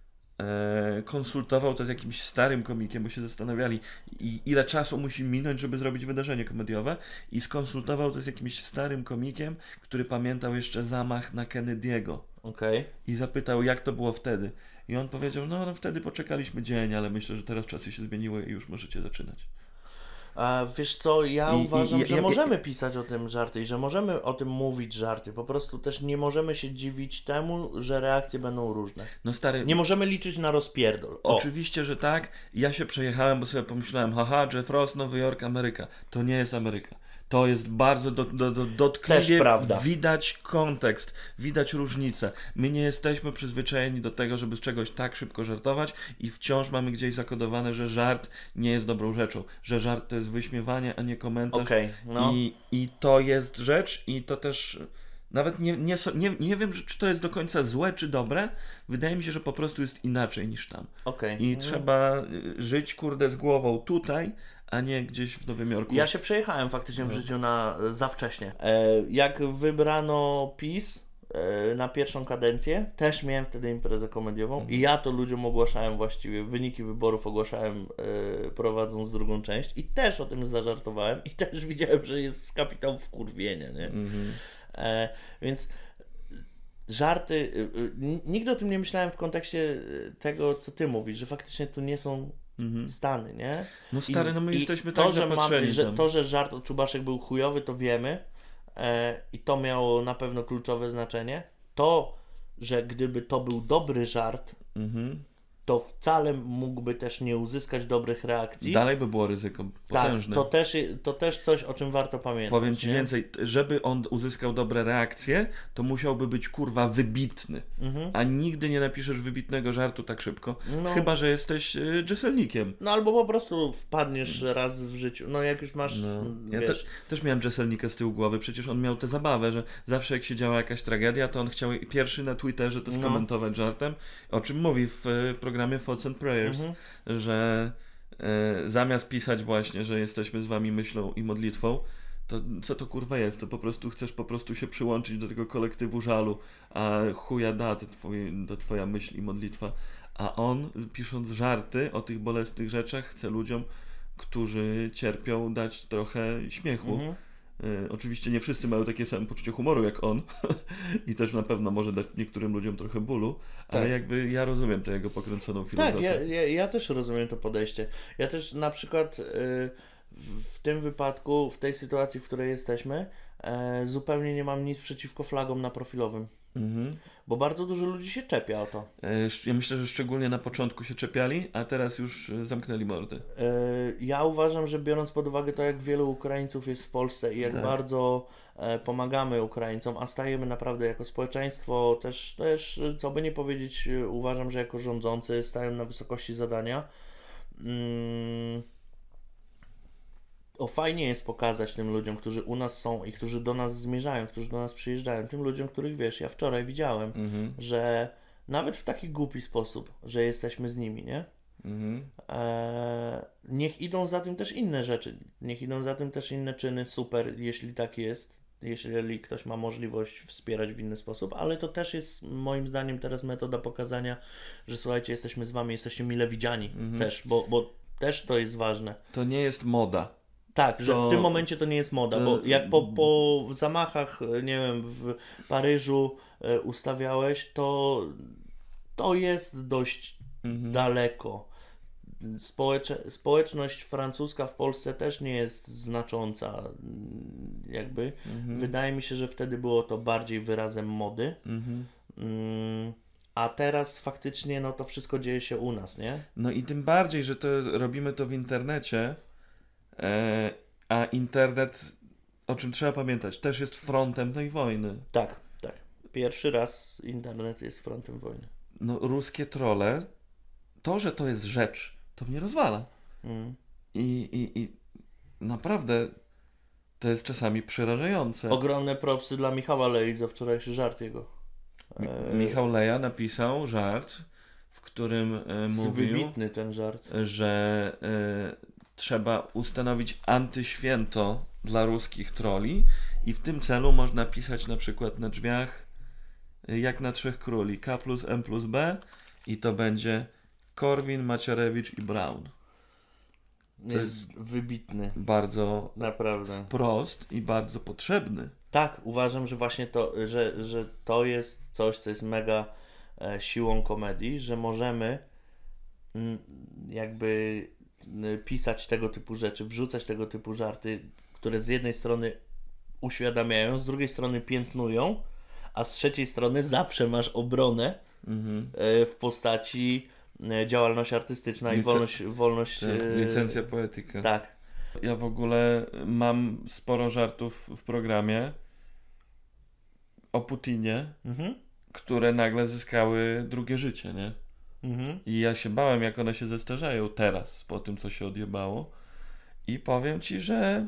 [SPEAKER 1] e, konsultował to z jakimś starym komikiem, bo się zastanawiali, i ile czasu musi minąć, żeby zrobić wydarzenie komediowe, i skonsultował to z jakimś starym komikiem, który pamiętał jeszcze zamach na Kennedy'ego
[SPEAKER 2] Okej.
[SPEAKER 1] i zapytał, jak to było wtedy. I on powiedział, no, no wtedy poczekaliśmy dzień, ale myślę, że teraz czasy się zmieniły i już możecie zaczynać.
[SPEAKER 2] A wiesz co, ja
[SPEAKER 1] I- i-
[SPEAKER 2] uważam,
[SPEAKER 1] i-
[SPEAKER 2] że
[SPEAKER 1] ja-
[SPEAKER 2] możemy pisać o tym żarty i że możemy o tym mówić żarty. Po prostu też nie możemy się dziwić temu, że reakcje będą różne.
[SPEAKER 1] No stary,
[SPEAKER 2] Nie możemy liczyć na rozpierdol. O.
[SPEAKER 1] oczywiście, że tak. Ja się przejechałem, bo sobie pomyślałem, haha, Jeff Ross, Nowy Jork, Ameryka. To nie jest Ameryka. To jest bardzo do, do, do, dotkliwie
[SPEAKER 2] Też prawda.
[SPEAKER 1] widać kontekst, widać różnicę. My nie jesteśmy przyzwyczajeni do tego, żeby z czegoś tak szybko żartować i wciąż mamy gdzieś zakodowane, że żart nie jest dobrą rzeczą, że żart to jest wyśmiewanie, a nie komentarz.
[SPEAKER 2] Okej, no.
[SPEAKER 1] I, I to jest rzecz i to też... Nawet nie, nie, so- nie, nie wiem, czy to jest do końca złe czy dobre. Wydaje mi się, że po prostu jest inaczej niż tam.
[SPEAKER 2] Okej.
[SPEAKER 1] I
[SPEAKER 2] No.
[SPEAKER 1] trzeba y, żyć, kurde, z głową tutaj, a nie gdzieś w Nowym Jorku.
[SPEAKER 2] Ja się przejechałem faktycznie w
[SPEAKER 1] No.
[SPEAKER 2] życiu na za wcześnie. E, jak wybrano PiS e, na pierwszą kadencję, też miałem wtedy imprezę komediową
[SPEAKER 1] Mhm.
[SPEAKER 2] i ja to ludziom ogłaszałem właściwie, wyniki wyborów ogłaszałem e, prowadząc drugą część i też o tym zażartowałem i też widziałem, że jest kapitał wkurwienia, nie?
[SPEAKER 1] Mhm.
[SPEAKER 2] E, więc żarty, y, y, n- nigdy o tym nie myślałem w kontekście y, tego, co ty mówisz, że faktycznie tu nie są
[SPEAKER 1] Mhm.
[SPEAKER 2] Stany, nie?
[SPEAKER 1] No stary, no my
[SPEAKER 2] I
[SPEAKER 1] jesteśmy
[SPEAKER 2] to,
[SPEAKER 1] tak
[SPEAKER 2] że
[SPEAKER 1] zapatrzeni
[SPEAKER 2] mamy, że
[SPEAKER 1] tam.
[SPEAKER 2] To, że żart od Czubaszek był chujowy, to wiemy e, i to miało na pewno kluczowe znaczenie. To, że gdyby to był dobry żart,
[SPEAKER 1] Mhm.
[SPEAKER 2] to wcale mógłby też nie uzyskać dobrych reakcji.
[SPEAKER 1] Dalej by było ryzyko
[SPEAKER 2] tak,
[SPEAKER 1] potężne.
[SPEAKER 2] to też, to też coś, o czym warto pamiętać.
[SPEAKER 1] Powiem ci
[SPEAKER 2] nie?
[SPEAKER 1] więcej, żeby on uzyskał dobre reakcje, to musiałby być kurwa wybitny.
[SPEAKER 2] Mhm.
[SPEAKER 1] A nigdy nie napiszesz wybitnego żartu tak szybko.
[SPEAKER 2] No.
[SPEAKER 1] Chyba że jesteś y, dżeselnikiem.
[SPEAKER 2] No albo po prostu wpadniesz raz w życiu. No jak już masz,
[SPEAKER 1] No. Ja
[SPEAKER 2] wiesz,
[SPEAKER 1] też, też miałem dżeselnika z tyłu głowy, przecież on miał tę zabawę, że zawsze jak się działa jakaś tragedia, to on chciał pierwszy na Twitterze to
[SPEAKER 2] No.
[SPEAKER 1] skomentować żartem, o czym mówi w y, programie Thoughts and Prayers,
[SPEAKER 2] Mhm.
[SPEAKER 1] że y, zamiast pisać właśnie, że jesteśmy z wami myślą i modlitwą, to co to kurwa jest? To po prostu chcesz po prostu się przyłączyć do tego kolektywu żalu, a chuja da to, twoi, to twoja myśl i modlitwa. A on, pisząc żarty o tych bolesnych rzeczach, chce ludziom, którzy cierpią, dać trochę śmiechu.
[SPEAKER 2] Mhm.
[SPEAKER 1] Y, oczywiście nie wszyscy mają takie same poczucie humoru jak on i też na pewno może dać niektórym ludziom trochę bólu, ale
[SPEAKER 2] Tak.
[SPEAKER 1] jakby ja rozumiem tę jego pokręconą filozofię.
[SPEAKER 2] Tak, ja, ja, ja też rozumiem to podejście. Ja też na przykład y, w, w tym wypadku, w tej sytuacji, w której jesteśmy, e, zupełnie nie mam nic przeciwko flagom na profilowym.
[SPEAKER 1] Mhm.
[SPEAKER 2] Bo bardzo dużo ludzi się czepia o to.
[SPEAKER 1] E, sz- Ja myślę, że szczególnie na początku się czepiali, a teraz już e, zamknęli mordy.
[SPEAKER 2] E, Ja uważam, że biorąc pod uwagę to, jak wielu Ukraińców jest w Polsce i jak
[SPEAKER 1] Tak.
[SPEAKER 2] bardzo e, pomagamy Ukraińcom, a stajemy naprawdę jako społeczeństwo, też, też e, co by nie powiedzieć, e, uważam, że jako rządzący stają na wysokości zadania. Mm, o, fajnie jest pokazać tym ludziom, którzy u nas są i którzy do nas zmierzają, którzy do nas przyjeżdżają, tym ludziom, których wiesz, ja wczoraj widziałem,
[SPEAKER 1] Mhm.
[SPEAKER 2] że nawet w taki głupi sposób, że jesteśmy z nimi, nie?
[SPEAKER 1] Mhm.
[SPEAKER 2] Eee, niech idą za tym też inne rzeczy, niech idą za tym też inne czyny, super, jeśli tak jest, jeśli ktoś ma możliwość wspierać w inny sposób, ale to też jest moim zdaniem teraz metoda pokazania, że słuchajcie, jesteśmy z wami, jesteście mile widziani
[SPEAKER 1] Mhm.
[SPEAKER 2] też, bo, bo też to jest ważne.
[SPEAKER 1] To nie jest moda.
[SPEAKER 2] Tak, że
[SPEAKER 1] To-
[SPEAKER 2] w tym momencie to nie jest moda,
[SPEAKER 1] to-
[SPEAKER 2] bo jak po, po zamachach, nie wiem, w Paryżu e, ustawiałeś, to to jest dość
[SPEAKER 1] Mhm.
[SPEAKER 2] daleko. Społecze, społeczność francuska w Polsce też nie jest znacząca, mm, jakby.
[SPEAKER 1] Mhm.
[SPEAKER 2] Wydaje mi się, że wtedy było to bardziej wyrazem mody.
[SPEAKER 1] Mhm.
[SPEAKER 2] Mm, a teraz faktycznie no to wszystko dzieje się u nas, nie?
[SPEAKER 1] No i tym bardziej, że to robimy to w internecie, e, a internet, o czym trzeba pamiętać, też jest frontem tej wojny.
[SPEAKER 2] Tak, tak. Pierwszy raz internet jest frontem wojny.
[SPEAKER 1] No, ruskie trolle, to, że to jest rzecz, to mnie rozwala.
[SPEAKER 2] Mm.
[SPEAKER 1] I, i, i naprawdę to jest czasami przerażające.
[SPEAKER 2] Ogromne propsy dla Michała Lei za wczorajszy żart jego.
[SPEAKER 1] Mi-
[SPEAKER 2] E,
[SPEAKER 1] Michał Leja napisał żart, w którym e,
[SPEAKER 2] jest
[SPEAKER 1] mówił,
[SPEAKER 2] wybitny ten żart.
[SPEAKER 1] że e, trzeba ustanowić antyświęto dla ruskich troli i w tym celu można pisać na przykład na drzwiach e, jak na Trzech Króli K plus M plus B i to będzie Korwin, Macierewicz i Braun.
[SPEAKER 2] Jest wybitny.
[SPEAKER 1] Bardzo
[SPEAKER 2] Naprawdę.
[SPEAKER 1] prost i bardzo potrzebny.
[SPEAKER 2] Tak, uważam, że właśnie to, że, że to jest coś, co jest mega e, siłą komedii, że możemy mm, jakby n- pisać tego typu rzeczy, wrzucać tego typu żarty, które z jednej strony uświadamiają, z drugiej strony piętnują, a z trzeciej strony zawsze masz obronę
[SPEAKER 1] Mhm.
[SPEAKER 2] e, w postaci e, działalność artystyczna i
[SPEAKER 1] Lice-
[SPEAKER 2] wolność... wolność
[SPEAKER 1] Tak,
[SPEAKER 2] e,
[SPEAKER 1] licencja poetyka.
[SPEAKER 2] Tak.
[SPEAKER 1] Ja w ogóle mam sporo żartów w programie o Putinie,
[SPEAKER 2] Mhm.
[SPEAKER 1] które nagle zyskały drugie życie, nie?
[SPEAKER 2] Mhm.
[SPEAKER 1] I ja się bałem, jak one się zestarzają teraz, po tym, co się odjebało. I powiem ci, że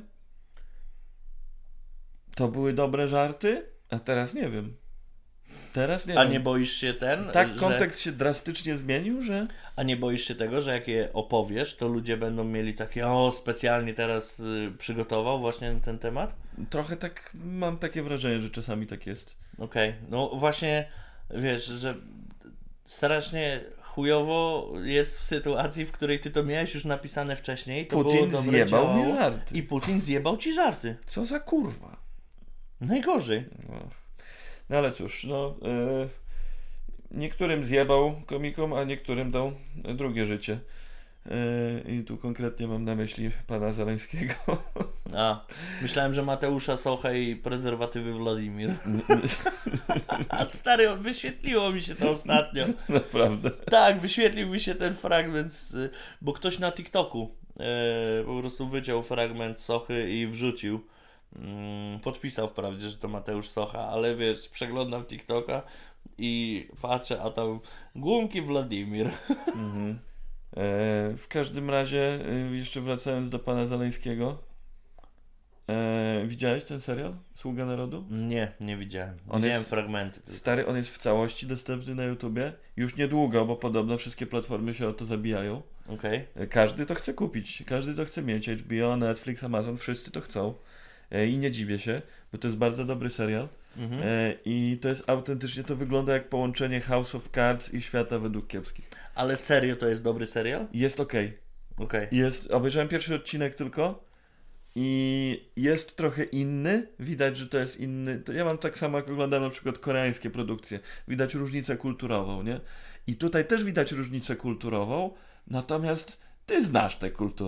[SPEAKER 1] to były dobre żarty, a teraz nie wiem. Teraz nie
[SPEAKER 2] A
[SPEAKER 1] wiem.
[SPEAKER 2] nie boisz się ten?
[SPEAKER 1] Tak
[SPEAKER 2] że...
[SPEAKER 1] kontekst się drastycznie zmienił, że...
[SPEAKER 2] A nie boisz się tego, że jak je opowiesz, to ludzie będą mieli takie, o, specjalnie teraz y, przygotował właśnie ten temat?
[SPEAKER 1] Trochę tak, mam takie wrażenie, że czasami tak jest.
[SPEAKER 2] Okej, no właśnie, wiesz, że strasznie chujowo jest w sytuacji, w której ty to miałeś już napisane wcześniej, to
[SPEAKER 1] Putin
[SPEAKER 2] było dobre,
[SPEAKER 1] zjebał
[SPEAKER 2] działało,
[SPEAKER 1] mi żarty.
[SPEAKER 2] i Putin zjebał ci żarty.
[SPEAKER 1] Co za kurwa.
[SPEAKER 2] Najgorzej.
[SPEAKER 1] No, no ale cóż, no... Yy, niektórym zjebał komikom, a niektórym dał drugie życie. Yy, I tu konkretnie mam na myśli pana Zeleńskiego.
[SPEAKER 2] A, myślałem, że Mateusza Sochę i prezerwatywy Władimir. A stary, wyświetliło mi się to ostatnio.
[SPEAKER 1] Naprawdę.
[SPEAKER 2] Tak, wyświetlił mi się ten fragment, z, bo ktoś na TikToku e, po prostu wyciął fragment Sochy i wrzucił. Mm, podpisał wprawdzie, że to Mateusz Socha, ale wiesz, przeglądam TikToka i patrzę, a tam Głumki Władimir.
[SPEAKER 1] Mhm. E, w każdym razie, e, jeszcze wracając do pana Zeleńskiego, e, widziałeś ten serial? Sługa Narodu?
[SPEAKER 2] Nie, nie widziałem.
[SPEAKER 1] On
[SPEAKER 2] Widziałem
[SPEAKER 1] jest-
[SPEAKER 2] fragmenty. tylko.
[SPEAKER 1] Stary, on jest w całości dostępny na YouTubie. Już niedługo, bo podobno wszystkie platformy się o to zabijają.
[SPEAKER 2] Okej.
[SPEAKER 1] E, Każdy to chce kupić, każdy to chce mieć. H B O, Netflix, Amazon, wszyscy to chcą. E, I nie dziwię się, bo to jest bardzo dobry serial.
[SPEAKER 2] Mhm.
[SPEAKER 1] E, I to jest autentycznie, to wygląda jak połączenie House of Cards i Świata według kiepskich.
[SPEAKER 2] Ale serio to jest dobry serial?
[SPEAKER 1] Jest okej.
[SPEAKER 2] Okej.
[SPEAKER 1] Jest, obejrzałem pierwszy odcinek tylko i jest trochę inny. Widać, że to jest inny. To ja mam tak samo, jak oglądam na przykład koreańskie produkcje. Widać różnicę kulturową, nie? I tutaj też widać różnicę kulturową, natomiast ty znasz tę kulturę.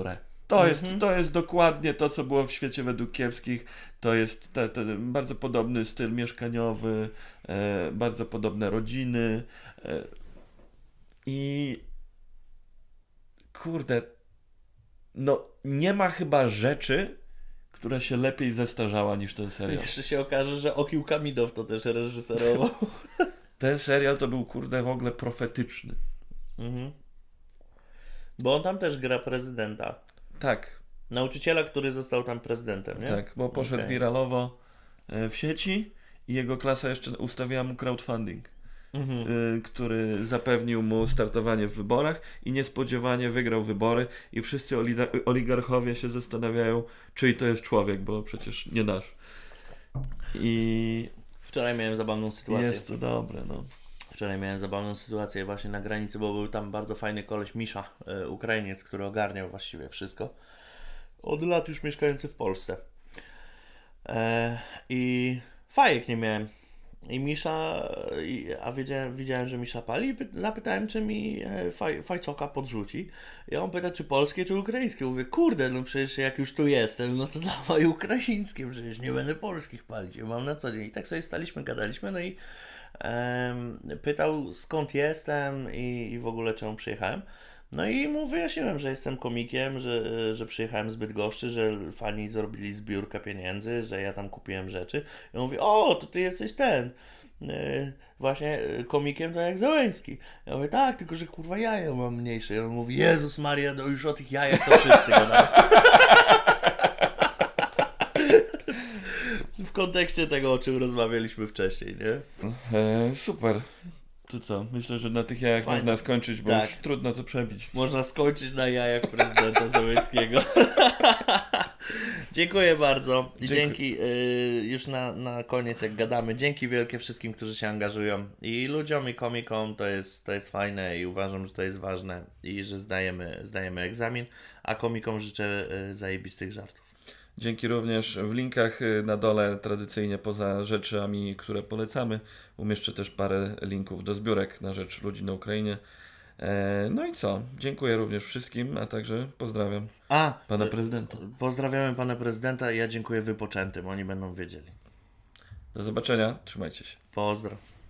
[SPEAKER 1] To, jest,
[SPEAKER 2] Mhm.
[SPEAKER 1] to jest dokładnie to, co było w Świecie według kiepskich. To jest te, te, bardzo podobny styl mieszkaniowy, e, bardzo podobne rodziny. E, I kurde, no nie ma chyba rzeczy, która się lepiej zestarzała niż ten serial.
[SPEAKER 2] Jeszcze się okaże, że Okił Kamidow to też reżyserował.
[SPEAKER 1] Ten serial to był kurde w ogóle profetyczny.
[SPEAKER 2] Mhm. Bo on tam też gra prezydenta.
[SPEAKER 1] Tak,
[SPEAKER 2] Nauczyciela, który został tam prezydentem, nie?
[SPEAKER 1] tak, bo poszedł
[SPEAKER 2] Okej.
[SPEAKER 1] wiralowo e, w sieci i jego klasa jeszcze ustawiała mu crowdfunding,
[SPEAKER 2] Mhm.
[SPEAKER 1] y, który zapewnił mu startowanie w wyborach i niespodziewanie wygrał wybory i wszyscy olida- oligarchowie się zastanawiają, czyj to jest człowiek, bo przecież nie nasz. I
[SPEAKER 2] Wczoraj miałem zabawną sytuację.
[SPEAKER 1] jest to dobre, no.
[SPEAKER 2] Wczoraj miałem zabawną sytuację właśnie na granicy, bo był tam bardzo fajny koleś Misza, e, Ukrainiec, który ogarniał właściwie wszystko. Od lat już mieszkający w Polsce. E, I fajek nie miałem. I Misza, i, a wiedziałem, widziałem, że Misza pali i py- zapytałem, czy mi e, faj, fajcoka podrzuci. I on pyta, czy polskie, czy ukraińskie. Mówię, kurde, no przecież jak już tu jestem, no to dawaj ukraińskie, przecież nie będę polskich palić. Ja mam na co dzień. I tak sobie staliśmy, gadaliśmy, no i em, pytał, skąd jestem i, i w ogóle czemu przyjechałem. No i mu wyjaśniłem, że jestem komikiem, że, że przyjechałem z Bydgoszczy, że fani zrobili zbiórkę pieniędzy, że ja tam kupiłem rzeczy. I on mówi, o, to ty jesteś ten, yy, właśnie yy, komikiem to jak Załęcki. Ja mówię, tak, tylko że kurwa jaja mam mniejsze. I on mówi, Jezus Maria, no już o tych jajach to wszyscy gadają. W kontekście tego, o czym rozmawialiśmy wcześniej, nie?
[SPEAKER 1] E, super. To co? Myślę, że na tych jajach
[SPEAKER 2] Fajnie.
[SPEAKER 1] można skończyć, bo
[SPEAKER 2] Tak.
[SPEAKER 1] już trudno to przebić.
[SPEAKER 2] Można skończyć na jajach prezydenta Załęckiego. Dziękuję bardzo. I
[SPEAKER 1] Dziękuję.
[SPEAKER 2] dzięki, y, już na, na koniec jak gadamy, dzięki wielkie wszystkim, którzy się angażują. I ludziom, i komikom, to jest, to jest fajne i uważam, że to jest ważne i że zdajemy, zdajemy egzamin, a komikom życzę y, zajebistych żartów.
[SPEAKER 1] Dzięki również w linkach y, na dole, tradycyjnie poza rzeczami, które polecamy, umieszczę też parę linków do zbiórek na rzecz ludzi na Ukrainie. E, no i co? Dziękuję również wszystkim, a także pozdrawiam
[SPEAKER 2] A,
[SPEAKER 1] pana
[SPEAKER 2] y,
[SPEAKER 1] prezydenta.
[SPEAKER 2] pozdrawiamy pana prezydenta i ja dziękuję wypoczętym, oni będą wiedzieli.
[SPEAKER 1] Do zobaczenia, trzymajcie się.
[SPEAKER 2] Pozdro.